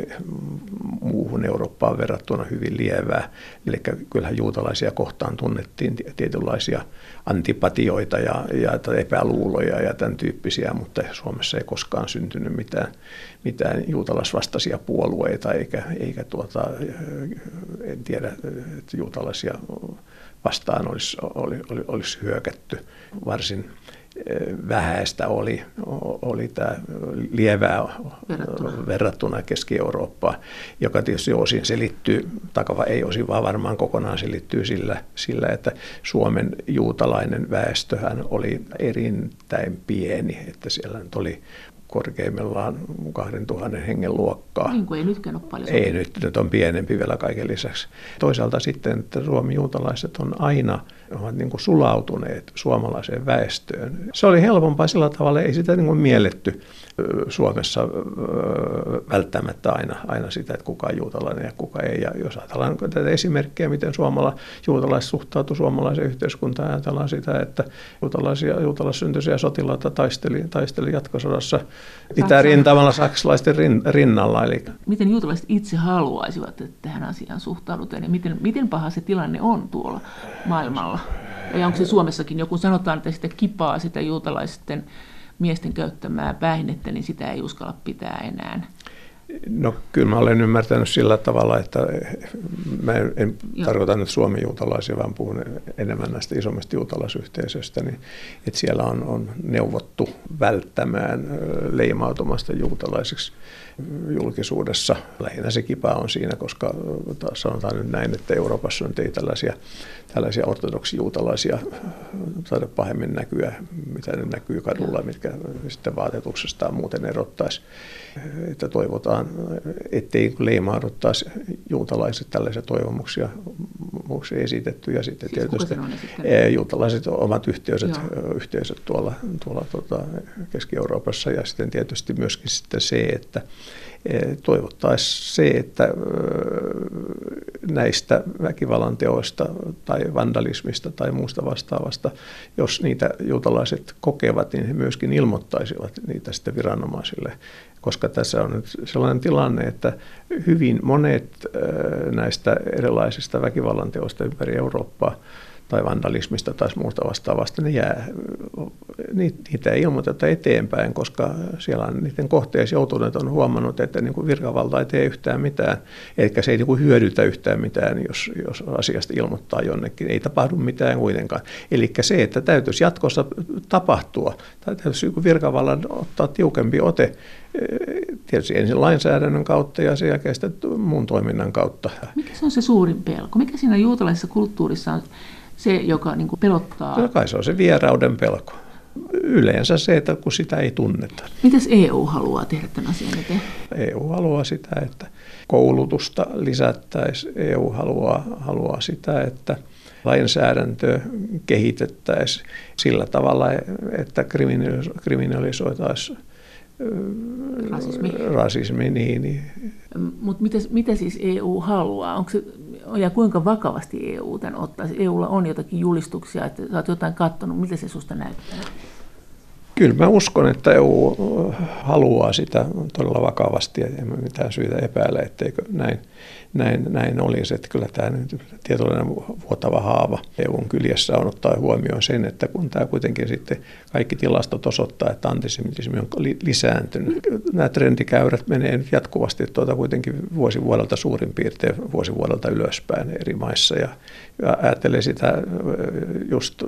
muuhun Eurooppaan verrattuna hyvin lievää. Eli kyllähän juutalaisia kohtaan tunnettiin tietynlaisia antipatioita ja, ja epäluuloja ja tämän tyyppisiä, mutta Suomessa ei koskaan syntynyt mitään, mitään juutalaisvastaisia puolueita eikä, eikä tuota, en tiedä, että juutalaisia vastaan olisi, oli, oli, olisi hyökätty. Varsin vähäistä oli, oli tämä lievää verrattuna, verrattuna Keski-Eurooppaan, joka tietysti osin selittyy, takava ei osin, vaan varmaan kokonaan selittyy sillä, sillä, että Suomen juutalainen väestöhän oli erittäin pieni, että siellä nyt oli korkeimmillaan kahdentuhannen hengen luokkaa. Niin kuin ei nytkään ole paljon. Ei nyt, nyt on pienempi vielä kaiken lisäksi. Toisaalta sitten, että Suomen juutalaiset on aina ovat niin kuin sulautuneet suomalaiseen väestöön. Se oli helpompaa sillä tavalla, ei sitä niin kuin mielletty Suomessa välttämättä aina, aina sitä, että kuka on juutalainen ja kuka ei. Ja jos ajatellaan tätä esimerkkiä, miten suomala, juutalaiset suhtautuu suomalaiseen yhteiskuntaan, ajatellaan sitä, että juutalaisia, juutalaissyntyisiä sotilaita taisteli, taisteli jatkosodassa itärintamalla saksalaisten rinnalla. Eli miten juutalaiset itse haluaisivat, että tähän asiaan suhtaudutaan ja miten, miten paha se tilanne on tuolla maailmalla? Ja onko se Suomessakin joku, sanotaan, että sitä kipaa, sitä juutalaisten miesten käyttämää päähinnettä, niin sitä ei uskalla pitää enää? No kyllä mä olen ymmärtänyt sillä tavalla, että mä en, en tarkoita nyt Suomen juutalaisia, vaan puhun enemmän näistä isommista juutalaisyhteisöistä, niin että siellä on, on neuvottu välttämään leimautumasta juutalaisiksi julkisuudessa. Lähinnä se kipa on siinä, koska taas sanotaan nyt näin, että Euroopassa nyt ei tällaisia, tällaisia ortodoksijuutalaisia saada pahemmin näkyä, mitä ne näkyy kadulla, mitkä sitten vaatetuksestaan muuten erottaisi. Että toivotaan, tavallaan, ettei leimauduttaisi juutalaiset tällaisia toivomuksia esitetty. Ja sitten siis tietysti juutalaiset omat yhteisöt, yhteisöt tuolla, tuolla tuota, Keski-Euroopassa ja sitten tietysti myöskin sitten se, että toivottaisiin se, että näistä väkivallan teoista tai vandalismista tai muusta vastaavasta, jos niitä juutalaiset kokevat, niin he myöskin ilmoittaisivat niitä sitten viranomaisille. Koska tässä on nyt sellainen tilanne, että hyvin monet näistä erilaisista väkivallan teoista ympäri Eurooppaa tai vandalismista tai muusta vastaavasta, ne jää, niitä ei ilmoiteta eteenpäin, koska siellä on niiden kohteessa joutuneet on huomannut, että niin kuin virkavalta ei tee yhtään mitään, eikä se ei niin kuin hyödytä yhtään mitään, jos, jos asiasta ilmoittaa jonnekin. Ei tapahdu mitään kuitenkaan. Eli se, että täytyisi jatkossa tapahtua, tai täytyisi virkavallan ottaa tiukempi ote, tietysti ensin lainsäädännön kautta ja sen jälkeen sitten muun toiminnan kautta. Mikä se on se suurin pelko? Mikä siinä juutalaisessa kulttuurissa on se, joka niin kuin pelottaa? Kai se on se vierauden pelko. Yleensä se, että kun sitä ei tunneta. Mitäs E U haluaa tehdä tämän asian eteen? E U haluaa sitä, että koulutusta lisättäisiin. E U haluaa, haluaa sitä, että lainsäädäntöä kehitettäisiin sillä tavalla, että kriminalisoitaisiin rasismi. rasismi niin, niin. Mutta mitä, mitä siis E U haluaa? Onko se, ja kuinka vakavasti E U tämän ottaisi? E Ulla on jotakin julistuksia, että sä oot jotain katsonut. Mitä se susta näyttää? Kyllä mä uskon, että E U haluaa sitä todella vakavasti ja ei mitään syytä epäillä, etteikö näin, näin, näin olisi. Että kyllä tämä nyt tietoinen vuotava haava E U:n kyljessä on ottaa huomioon sen, että kun tämä kuitenkin sitten kaikki tilastot osoittaa, että antisemitismi on lisääntynyt. Nämä trendikäyrät menee nyt jatkuvasti tuota kuitenkin vuosi vuodelta suurin piirtein vuosi vuodelta ylöspäin eri maissa ja, ja ajattelee sitä just,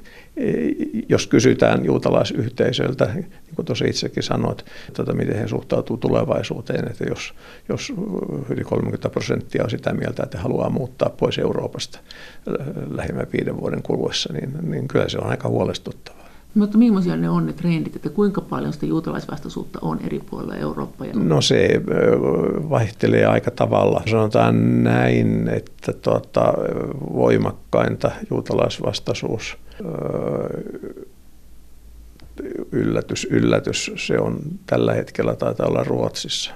jos kysytään juutalaisyhteisöltä, niin kuin tuossa itsekin sanoit, että miten he suhtautuu tulevaisuuteen, että jos, jos yli kolmekymmentä prosenttia on sitä mieltä, että haluaa muuttaa pois Euroopasta lähimmän viiden vuoden kuluessa, niin, niin kyllä se on aika huolestuttavaa. Mutta millaisia ne on ne trendit, että kuinka paljon sitä juutalaisvastaisuutta on eri puolilla Eurooppaa? No se vaihtelee aika tavalla. Sanotaan näin, että tuota, voimakkainta juutalaisvastaisuus, yllätys, yllätys, se on tällä hetkellä taitaa olla Ruotsissa.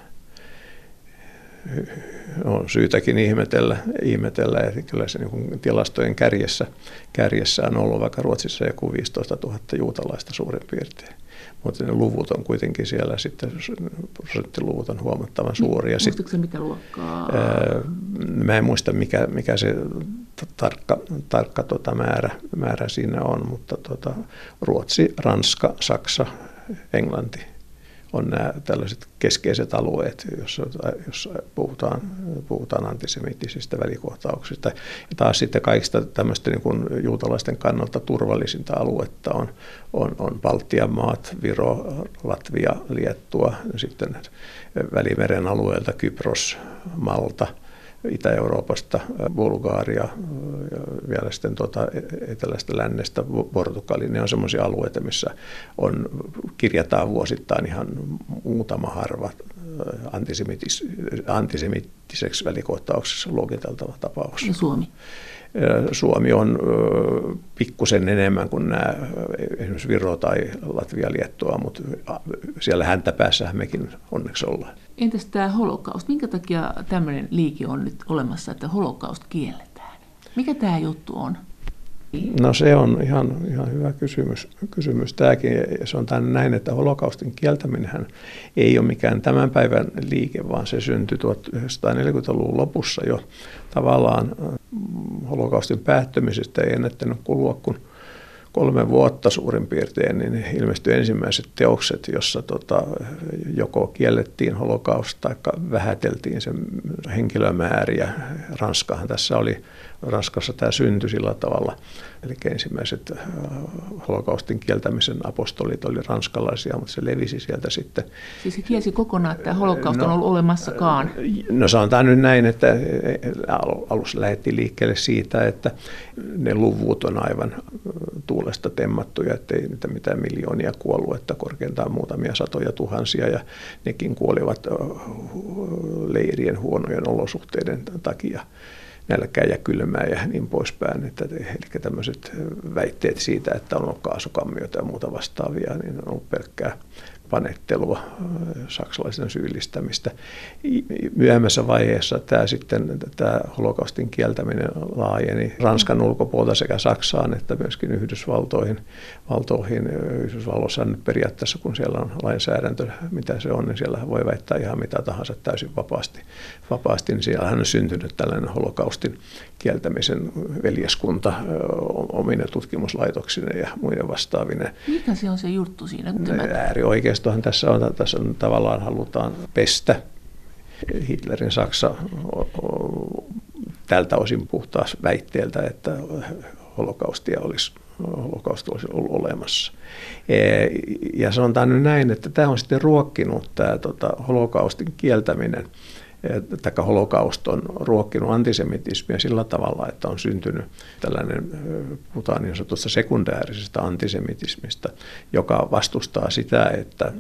On syytäkin ihmetellä, ihmetellä että kyllä se niin tilastojen kärjessä, kärjessä on ollut vaikka Ruotsissa joku viisitoistatuhatta juutalaista suurin piirtein. Mutta ne luvut on kuitenkin siellä sitten, prosenttiluvut on huomattavan suuria. Muistatko se mitä luokkaa? Mä en muista mikä, mikä se tarkka, tarkka tota määrä, määrä siinä on, mutta tota, Ruotsi, Ranska, Saksa, Englanti on nämä tällaiset keskeiset alueet, jossa, jossa puhutaan, puhutaan antisemiittisistä välikohtauksista. Ja taas sitten kaikista tämmöistä niin kuin juutalaisten kannalta turvallisinta aluetta on, on, on Baltian maat, Viro, Latvia, Liettua, sitten Välimeren alueelta Kypros, Malta, Itä-Euroopasta, Bulgaria ja vielä sitten tuota etelästä lännestä Portugali. Ne on semmoisia alueita, missä on, kirjataan vuosittain ihan muutama harva antisemitis, antisemittiseksi välikohtauksessa luokiteltava tapaus. Ja Suomi? Suomi on pikkusen enemmän kuin nämä esimerkiksi Viro tai Latvia, Liettua, mutta siellä häntä päässähän mekin onneksi ollaan. Entäs tämä holokaust? Minkä takia tämmöinen liike on nyt olemassa, että holokaust kielletään? Mikä tämä juttu on? No se on ihan, ihan hyvä kysymys, kysymys tämäkin. Se on tämän näin, että holokaustin kieltäminenhän ei ole mikään tämän päivän liike, vaan se syntyi tuhatyhdeksänsataaneljäkymmentäluvun lopussa jo tavallaan holokaustin päättymisestä ei ennättänyt kulua kuin kolme vuotta suurin piirtein, niin ilmestyi ensimmäiset teokset, jossa tota, joko kiellettiin holokaust tai vähäteltiin sen henkilömääriä. Ranskahan tässä oli, Ranskassa tämä syntyi sillä tavalla. Eli ensimmäiset holokaustin kieltämisen apostolit oli ranskalaisia, mutta se levisi sieltä sitten. Siis se kielsi kokonaan, että holokaust on no, ollut olemassakaan. No sanotaan nyt näin, että alussa lähdettiin liikkeelle siitä, että ne luvut on aivan tuulesta temmattuja, ettei niitä mitään miljoonia kuollut, että korkeintaan muutamia satoja tuhansia, ja nekin kuolivat leirien huonojen olosuhteiden takia, nälkää ja kylmää ja niin poispäin. Että, eli tämmöiset väitteet siitä, että on ollut kaasukammioita ja muuta vastaavia, niin on ollut pelkkää panettelua, saksalaisen syyllistämistä. Myöhemmässä vaiheessa tämä, sitten, tämä holokaustin kieltäminen laajeni Ranskan ulkopuolelta sekä Saksaan että myöskin Yhdysvaltoihin. Valtoihin. Yhdysvalloissa nyt periaatteessa, kun siellä on lainsäädäntö, mitä se on, niin siellä voi väittää ihan mitä tahansa täysin vapaasti. vapaasti niin siellähän on syntynyt tällainen holokaustin kieltämisen veljeskunta omine tutkimuslaitoksineen ja muiden vastaavine. Mikä se on se juttu siinä? Äärioikeistohan tässä on, tässä on tavallaan halutaan pestä Hitlerin Saksa tältä osin puhtaas väitteeltä, että holokaustia olisi, holokausti olisi ollut olemassa. Ja sanotaan nyt näin, että tämä on sitten ruokkinut tämä tota, holokaustin kieltäminen, että holokaust on ruokkinut antisemitismiä sillä tavalla, että on syntynyt tällainen, puhutaan niin sanotusta sekundäärisestä antisemitismista, joka vastustaa sitä, että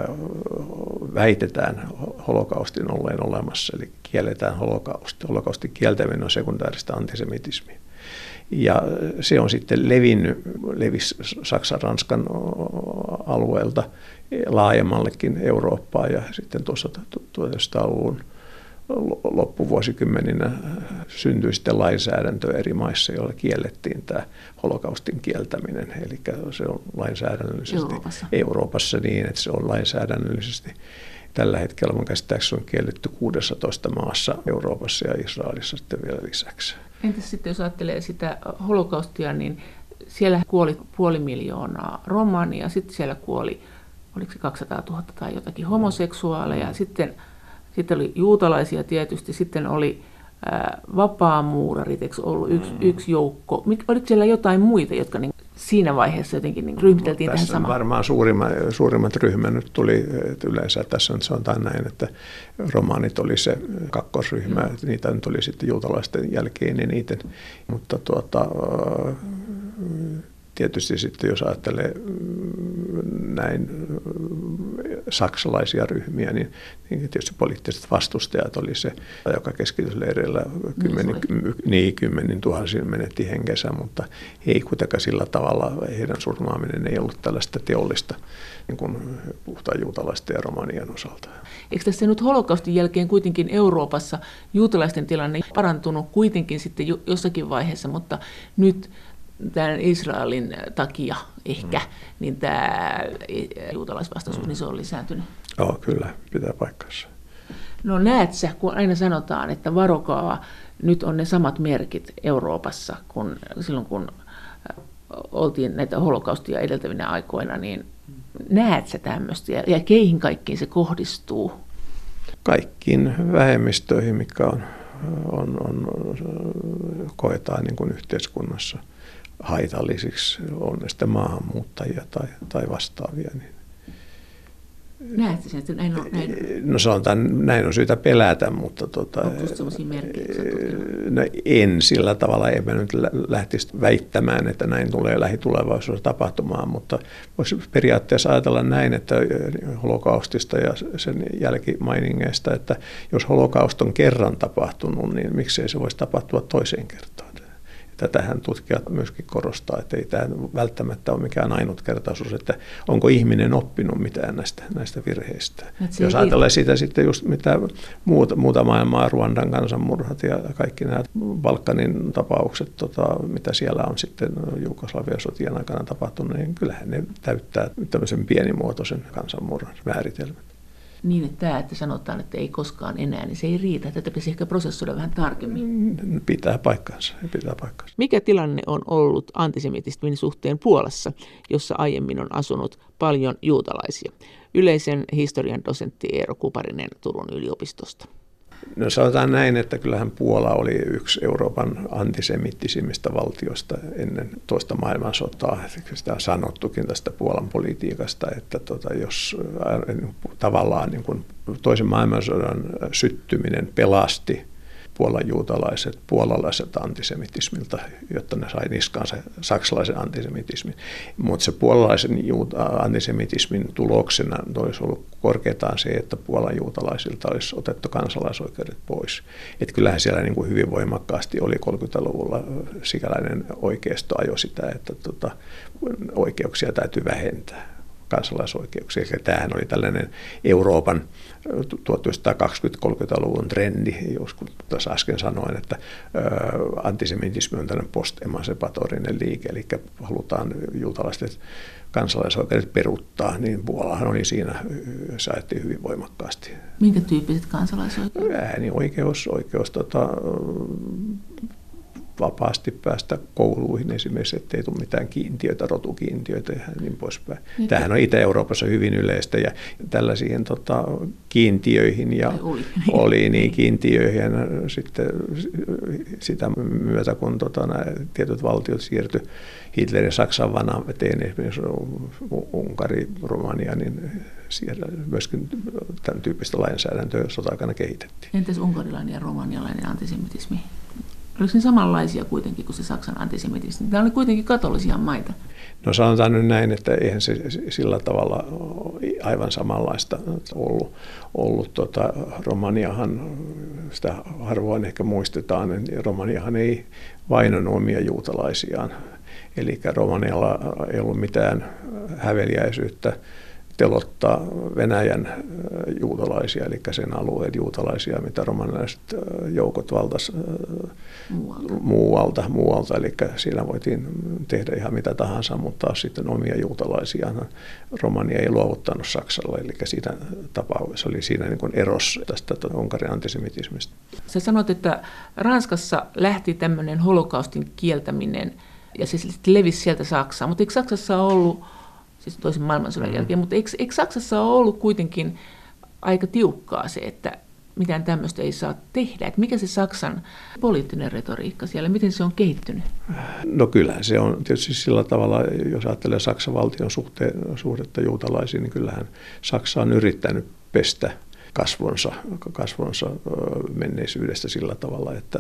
väitetään holokaustin olleen olemassa, eli kielletään holokausti. Holokaustin kieltäminen on sekundaarista antisemitismiä. Ja se on sitten levinnyt, levisi Saksan-Ranskan alueelta laajemmallekin Eurooppaa, ja sitten tuossa tuhatyhdeksänsataaluvun loppuvuosikymmeninä syntyi sitten lainsäädäntö eri maissa, joilla kiellettiin tämä holokaustin kieltäminen. Eli se on lainsäädännöllisesti Euroopassa, Euroopassa niin, että se on lainsäädännöllisesti. Tällä hetkellä mun käsittääkseni on kielletty kuudessatoista maassa Euroopassa ja Israelissa sitten vielä lisäksi. Entäs sitten jos ajattelee sitä holokaustia, niin siellä kuoli puoli miljoonaa romania, sitten siellä kuoli, oliko se kaksisataatuhatta tai jotakin homoseksuaaleja, sitten Sitten oli juutalaisia tietysti, sitten oli ää, vapaamuurarit, eikö ollut yksi, mm. yksi joukko. Mik, oliko siellä jotain muita, jotka niin, siinä vaiheessa jotenkin niin, ryhmiteltiin no, tähän samaan? Varmaan suurimmat, suurimmat ryhmät nyt tuli, että yleensä tässä on sanotaan näin, että romaanit oli se kakkosryhmä, mm. että niitä nyt oli sitten juutalaisten jälkeen eniten, mutta tuota... Tietysti sitten, jos ajattelee näin saksalaisia ryhmiä, niin, niin tietysti poliittiset vastustajat oli se, joka keskitysleireillä kymmenin, niin, kymmenin tuhansin menetti henkensä, mutta ei kuitenkaan sillä tavalla, heidän surmaaminen ei ollut tällaista teollista, niin kuin puhutaan juutalaisten ja romanien osalta. Eikö tässä nyt holokaustin jälkeen kuitenkin Euroopassa juutalaisten tilanne parantunut kuitenkin sitten jossakin vaiheessa, mutta nyt tämän Israelin takia ehkä, mm. niin tämä juutalaisvastaisuus, mm. niin se on lisääntynyt. Joo, kyllä, pitää paikkansa. No näet sä, kun aina sanotaan, että varokaa, nyt on ne samat merkit Euroopassa, kun silloin kun oltiin näitä holokaustia edeltävinä aikoina, niin näet sä tämmöistä ja keihin kaikkiin se kohdistuu? Kaikkiin vähemmistöihin, mikä on, on, on, koetaan niin kuin yhteiskunnassa haitallisiksi, on ne sitten maahanmuuttajia tai, tai vastaavia. Niin. Näetkö sen, että näin on? Näin on? No sanotaan, näin on syytä pelätä, mutta... Tota, onko sellaisia merkkejä? No en sillä tavalla, en mä nyt lähtisi väittämään, että näin tulee lähitulevaisuudessa tapahtumaan, mutta voisi periaatteessa ajatella näin, että holokaustista ja sen jälkimainingeista, että jos holokaust on kerran tapahtunut, niin miksei se voisi tapahtua toiseen kertaan. Tätähän tutkijat myöskin korostaa, että ei tämä välttämättä ole mikään ainutkertaisuus, että onko ihminen oppinut mitään näistä, näistä virheistä. Jos ajatellaan sitä sitten just mitä muuta, muuta maailmaa, Ruandan kansanmurhat ja kaikki nämä Balkanin tapaukset, tota, mitä siellä on sitten Jugoslavian sotien aikana tapahtunut, niin kyllähän ne täyttää tämmöisen pienimuotoisen kansanmurhan määritelmän. Niin, että tämä, että sanotaan, että ei koskaan enää, niin se ei riitä. Tätä pitäisi ehkä prosessoida vähän tarkemmin. Pitää paikkansa, pitää paikkansa. Mikä tilanne on ollut antisemitismin suhteen Puolassa, jossa aiemmin on asunut paljon juutalaisia? Yleisen historian dosentti Eero Kuparinen Turun yliopistosta. No sanotaan näin, että kyllähän Puola oli yksi Euroopan antisemittisimmistä valtioista ennen toista maailmansotaa. Sitä on sanottukin tästä Puolan politiikasta, että tota, jos tavallaan niin kuin toisen maailmansodan syttyminen pelasti Puolan juutalaiset puolalaiset antisemitismilta, jotta ne sai niskaansa saksalaisen antisemitismin. Mutta se puolalaisen antisemitismin tuloksena olisi ollut korkeintaan se, että Puolan juutalaisilta olisi otettu kansalaisoikeudet pois. Et kyllähän siellä niin kuin hyvin voimakkaasti oli kolmekymmentäluvulla sikäläinen oikeisto ajoi sitä, että tota, oikeuksia täytyy vähentää. Kansalaisoikeuksia. Ja tämähän oli tällainen Euroopan tuhatyhdeksänsataakaksikymmentä-kolmekymmentäluvun trendi, joskus tässä äsken sanoin, että antisemitismi on tällainen post-emansipatorinen liike, eli halutaan juutalaisten kansalaisoikeudet peruuttaa, niin Puolahan oli siinä, säättiin hyvin voimakkaasti. Minkä tyyppiset kansalaisoikeudet? Äänioikeus, oikeus tota, vapaasti päästä kouluihin esimerkiksi, ettei tule mitään kiintiöitä, rotukiintiöitä ja niin poispäin. Nyt. Tämähän on Itä-Euroopassa hyvin yleistä ja tällaisiin tota, kiintiöihin ja oli, oli niin kiintiöihin ja sitten sitä myötä, kun tota, nämä tietyt valtiot siirtyi Hitlerin Saksan vanaveteen, esimerkiksi Unkari, Romania, niin siellä myöskin tämän tyyppistä lainsäädäntöä sota-aikana kehitettiin. Entäs unkarilainen ja romanialainen antisemitismi? Oliko ne samanlaisia kuitenkin kuin se Saksan antisemitismi? Tämä oli kuitenkin katolisia maita. No sanotaan nyt näin, että eihän se sillä tavalla aivan samanlaista ollut. ollut tota, Romaniahan, sitä harvoin ehkä muistetaan, että Romaniahan ei vainonnut omia juutalaisiaan. Eli Romanialla ei ollut mitään häveliäisyyttä telottaa Venäjän juutalaisia, eli sen alueen juutalaisia, mitä romanilaiset joukot valtas muualta. muualta, muualta. Eli siinä voitiin tehdä ihan mitä tahansa, mutta taas sitten omia juutalaisiaan Romania ei luovuttanut Saksalle, eli siinä tapauksessa oli siinä niin kuin eros tästä Unkarin antisemitismistä. Sä sanot, että Ranskassa lähti tämmöinen holokaustin kieltäminen, ja se sitten levisi sieltä Saksaan, mutta eikö Saksassa ollut siis toisen maailmansodan jälkeen, mutta eikö, eikö Saksassa ole ollut kuitenkin aika tiukkaa se, että mitään tämmöistä ei saa tehdä? Että mikä se Saksan poliittinen retoriikka siellä, miten se on kehittynyt? No kyllähän se on tietysti sillä tavalla, jos ajattelee Saksan valtion suhteen, suhdetta juutalaisiin, niin kyllähän Saksa on yrittänyt pestä kasvonsa, kasvonsa menneisyydestä sillä tavalla, että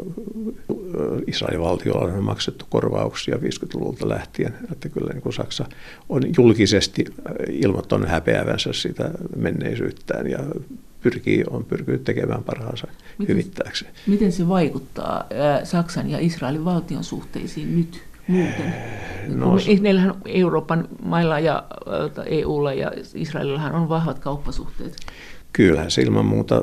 Israelin valtiolla on maksettu korvauksia viisikymmentäluvulta lähtien, että kyllä niin kuin Saksa on julkisesti ilmoittanut häpeävänsä sitä menneisyyttään ja pyrkii, on pyrkinyt tekemään parhaansa hyvittääkseen. Miten se vaikuttaa Saksan ja Israelin valtion suhteisiin nyt muuten? No, meillähän Euroopan mailla ja E U:lla ja Israelillahan on vahvat kauppasuhteet. Kyllähän se ilman muuta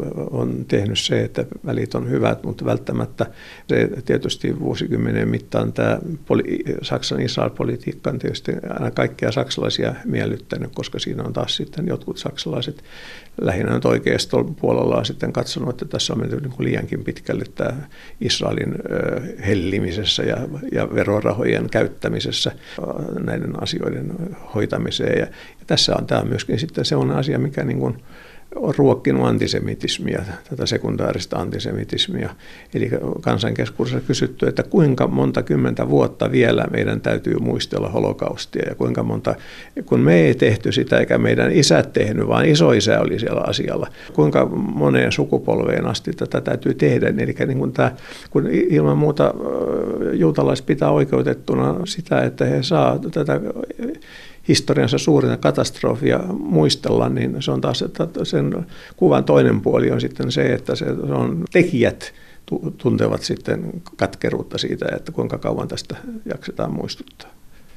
on tehnyt se, että välit on hyvät, mutta välttämättä se tietysti vuosikymmenen mittaan tämä poli- Saksan Israel-politiikka on tietysti aina kaikkia saksalaisia miellyttänyt, koska siinä on taas sitten jotkut saksalaiset lähinnä nyt oikeiston puolella on sitten katsonut, että tässä on menty niin kuin liiankin pitkälle tämä Israelin hellimisessä ja, ja verorahojen käyttämisessä näiden asioiden hoitamiseen. Ja, ja tässä on tämä myöskin sitten sellainen asia, mikä niin kuin on ruokkinut antisemitismiä, tätä sekundaarista antisemitismiä. Eli kansankeskuudessa kysytty, että kuinka monta kymmentä vuotta vielä meidän täytyy muistella holokaustia ja kuinka monta, kun me ei tehty sitä eikä meidän isät tehnyt, vaan isoisä oli siellä asialla. Kuinka moneen sukupolveen asti tätä täytyy tehdä. Eli niin kuin tämä, kun ilman muuta juutalaiset pitää oikeutettuna sitä, että he saa tätä historiansa suurinta katastrofia muistella, niin se on taas, että sen kuvan toinen puoli on sitten se, että se on tekijät tuntevat sitten katkeruutta siitä, että kuinka kauan tästä jaksetaan muistuttaa.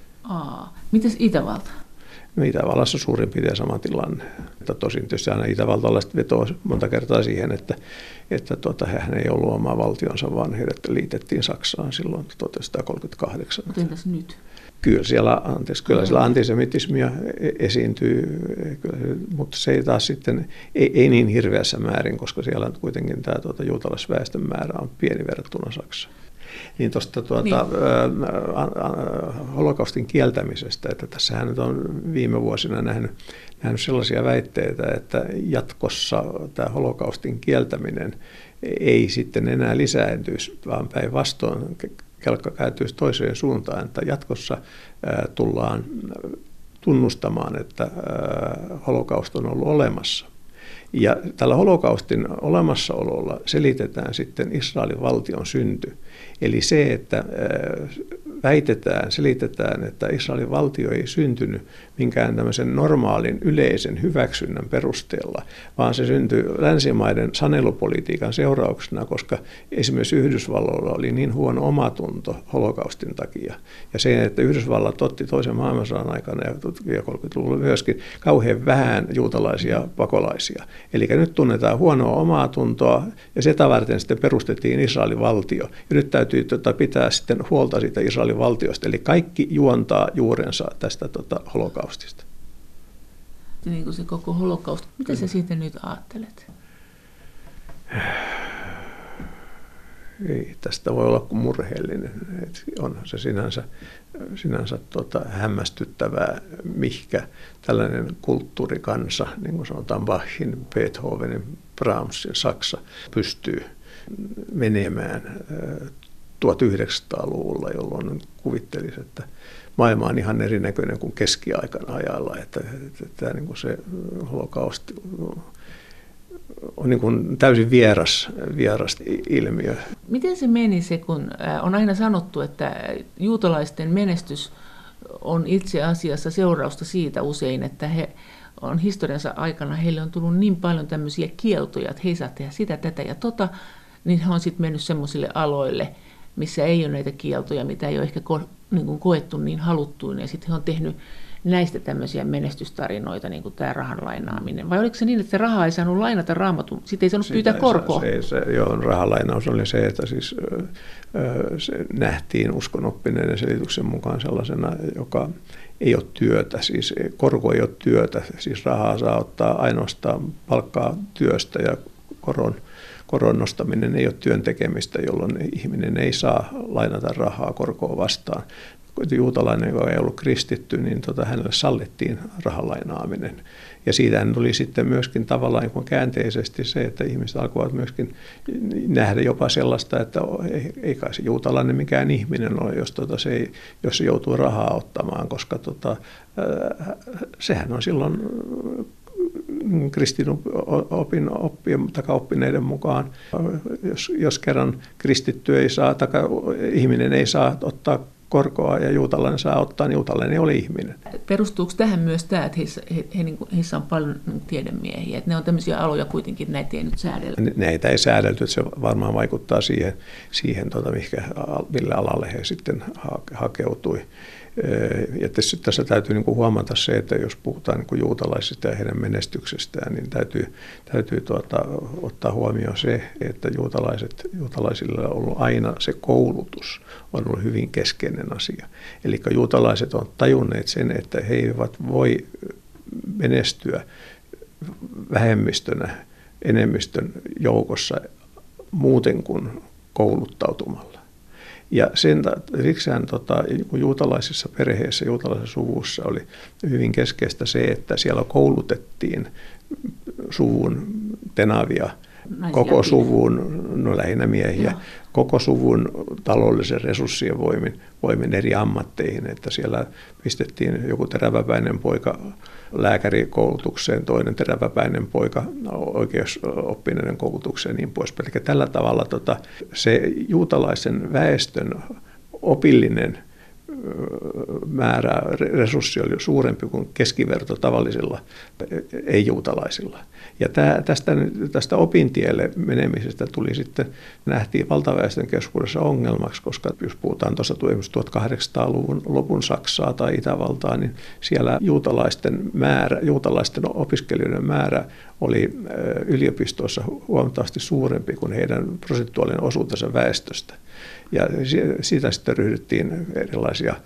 Aa, mites Itävalta? Itävallassa suurin piirtein sama tilanne. Että tosin tietysti aina itävaltalaiset vetoo monta kertaa siihen, että, että tuota, hän ei ollut oma valtionsa, vaan heidät liitettiin Saksaan silloin tuhatyhdeksänsataakolmekymmentäkahdeksan. Mutta entäs nyt? Kyllä siellä, anteeksi, kyllä siellä antisemitismia esiintyy, mutta se ei taas sitten, ei, ei niin hirveässä määrin, koska siellä kuitenkin tämä tuota, juutalaisväestön määrä on pieni verrattuna Saksaan. Niin tuosta tuota, niin. holokaustin kieltämisestä, että tässähän nyt on viime vuosina nähnyt, nähnyt sellaisia väitteitä, että jatkossa tämä holokaustin kieltäminen ei sitten enää lisääntyisi, vaan päinvastoin kelkka kääntyisi toiseen suuntaan, että jatkossa tullaan tunnustamaan, että holokaust on ollut olemassa. Ja tällä holokaustin olemassaololla selitetään sitten Israelin valtion synty. Eli se, että väitetään, selitetään, että Israelin valtio ei syntynyt minkään tämmöisen normaalin yleisen hyväksynnän perusteella, vaan se syntyi länsimaiden sanelupolitiikan seurauksena, koska esimerkiksi Yhdysvalloilla oli niin huono omatunto holokaustin takia. Ja se, että Yhdysvallat otti toisen maailmansodan aikana ja kolmekymmentäluvulla myöskin kauhean vähän juutalaisia pakolaisia. Eli nyt tunnetaan huonoa omatuntoa ja sitä varten sitten perustettiin Israelin valtio. Ja nyt täytyy tota, pitää sitten huolta siitä Israelin valtiosta. Eli kaikki juontaa juurensa tästä tota, holokaustista. Niin kuin se koko holokaust. Mitä sä siitä nyt ajattelet? Ei tästä voi olla kuin murheellinen. Et on se sinänsä, sinänsä tota, hämmästyttävää, mihkä tällainen kulttuurikansa, niin kuin sanotaan Bachin, Beethovenin, Brahmsin, Saksa, pystyy menemään tuhatyhdeksänsataaluvulla, jolloin kuvittelisi, että maailma on ihan erinäköinen kuin keskiaikana ajalla, että, että, että niin kuin se holokausti on niin kuin täysin vieras, vieras ilmiö. Miten se meni se, kun on aina sanottu, että juutalaisten menestys on itse asiassa seurausta siitä usein, että he on historiansa aikana, heille on tullut niin paljon tämmöisiä kieltoja, että he ei saa tehdä sitä, tätä ja tota, niin he on sitten mennyt semmoisille aloille, missä ei ole näitä kieltoja, mitä ei ole ehkä ko, niin kuin koettu niin haluttuin, ja sitten he on tehnyt näistä tämmöisiä menestystarinoita, niin kuin tämä rahan lainaaminen. Vai oliko se niin, että se rahaa ei saanut lainata Raamatun, sitten ei saanut Sitä pyytää korkoa? Se, se, joo, rahalainaus oli se, että siis, se nähtiin uskonoppineiden selityksen mukaan sellaisena, joka ei ole työtä, siis korko ei ole työtä, siis rahaa saa ottaa ainoastaan palkkaa työstä ja koron, koron nostaminen ei ole työn tekemistä, jolloin ihminen ei saa lainata rahaa korkoa vastaan. Juutalainen, joka ei ollut kristitty, niin tota, hänelle sallittiin rahalainaaminen. Ja siitähän tuli sitten myöskin tavallaan käänteisesti se, että ihmiset alkoivat myöskin nähdä jopa sellaista, että ei, ei kai se juutalainen mikään ihminen ole, jos, tota, se, ei, jos se joutuu rahaa ottamaan, koska tota, äh, sehän on silloin kristin opin, oppien, oppineiden mukaan, jos, jos kerran kristitty ei saa, taka, ihminen ei saa ottaa korkoa ja juutalainen saa ottaa, niin juutalainen ei ole ihminen. Perustuuko tähän myös tämä, että heissä, he, he, heissä on paljon tiedemiehiä, että ne on tämmöisiä aloja kuitenkin, näitä ei nyt säädellä? Näitä ei säädelty, että se varmaan vaikuttaa siihen, siihen tota, mihinkä, millä alalle he sitten hakeutui. Ja tässä täytyy niin kuin huomata se, että jos puhutaan niin kuin juutalaisista ja heidän menestyksestään, niin täytyy, täytyy tuota, ottaa huomioon se, että juutalaiset, juutalaisilla on ollut aina se koulutus on ollut hyvin keskeinen asia. Eli juutalaiset on tajunneet sen, että he eivät voi menestyä vähemmistönä, enemmistön joukossa muuten kuin kouluttautumalla. Ja sen, siksihän tota, juutalaisissa perheissä, juutalaisessa suvussa oli hyvin keskeistä se, että siellä koulutettiin suvun tenavia, naisia, koko suvun, no lähinnä miehiä, Joo. koko suvun taloudellisen resurssien voimin, voimin eri ammatteihin, että siellä pistettiin joku teräväpäinen poika lääkärikoulutukseen, toinen teräväpäinen poika oikeusoppineiden koulutukseen ja niin poispäin. Eli tällä tavalla tota, se juutalaisen väestön opillinen määrä, resurssi oli suurempi kuin keskiverto tavallisilla ei-juutalaisilla. Ja tästä, tästä opintielle menemisestä tuli sitten, nähtiin valtaväestön keskuudessa ongelmaksi, koska jos puhutaan tuossa tuhatkahdeksansataaluvun lopun Saksaa tai Itävaltaa, niin siellä juutalaisten määrä, juutalaisten opiskelijoiden määrä oli yliopistoissa huomattavasti suurempi kuin heidän prosentuaalinen osuutensa väestöstä. Ja siitä sitten ryhdyttiin erilaisia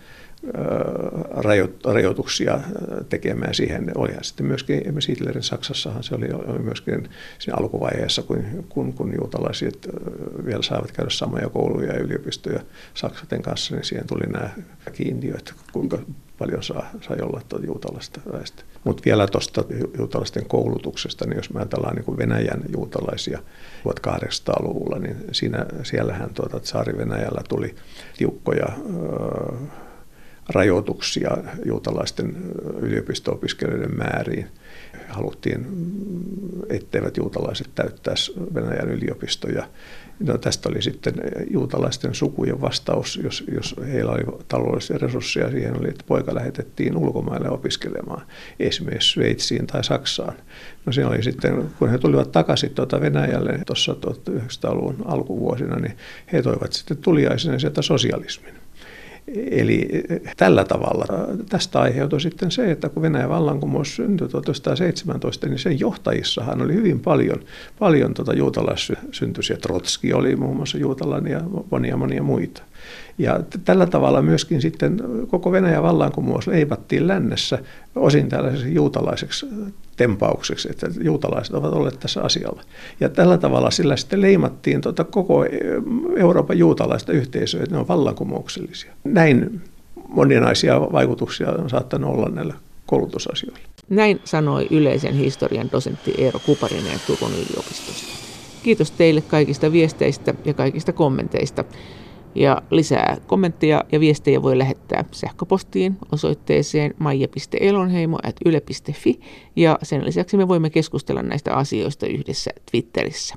rajoituksia tekemään siihen. Olihan sitten myöskin, esimerkiksi Hitlerin Saksassahan se oli, oli myöskin siinä alkuvaiheessa, kun, kun, kun juutalaiset vielä saavat käydä samoja kouluja ja yliopistoja Saksaten kanssa, niin siihen tuli nämä kiintiöt, kuinka paljon saa, sai olla tuota juutalaista väestöä. Mutta vielä tuosta juutalaisten koulutuksesta, niin jos me ajatellaan niin kuin Venäjän juutalaisia tuhatkahdeksansataaluvulla, niin siinä, siellähän tuota, tsaari-Venäjällä tuli tiukkoja ö, rajoituksia juutalaisten yliopisto-opiskelijoiden määriin. Haluttiin, etteivät juutalaiset täyttäisi Venäjän yliopistoja. No, tästä oli sitten juutalaisten sukujen vastaus, jos, jos heillä oli taloudellisia resursseja, siihen oli, että poika lähetettiin ulkomaille opiskelemaan, esimerkiksi Sveitsiin tai Saksaan. No siinä oli sitten, kun he tulivat takaisin tuota Venäjälle tuossa tuhatyhdeksänsataaluvun alkuvuosina, niin he toivat sitten tuliaisena sieltä sosialismin. Eli tällä tavalla tästä aiheutui sitten se, että kun Venäjän vallankumous syntyi tuhatyhdeksänsataaseitsemäntoista, niin sen johtajissahan oli hyvin paljon, paljon tuota juutalaissyntyisiä. Trotski oli muun muassa juutalainen ja monia monia muita. Ja tällä tavalla myöskin sitten koko Venäjän vallankumous leipattiin lännessä osin tällaiseksi juutalaiseksi tempaukseksi, että juutalaiset ovat olleet tässä asialla. Ja tällä tavalla sillä sitten leimattiin tuota koko Euroopan juutalaista yhteisöä, että ne on vallankumouksellisia. Näin moninaisia vaikutuksia on saattanut olla näillä koulutusasioilla. Näin sanoi yleisen historian dosentti Eero Kuparinen Turun yliopistosta. Kiitos teille kaikista viesteistä ja kaikista kommenteista. Ja lisää kommentteja ja viestejä voi lähettää sähköpostiin osoitteeseen maija piste elonheimo ät yle piste fi ja sen lisäksi me voimme keskustella näistä asioista yhdessä Twitterissä.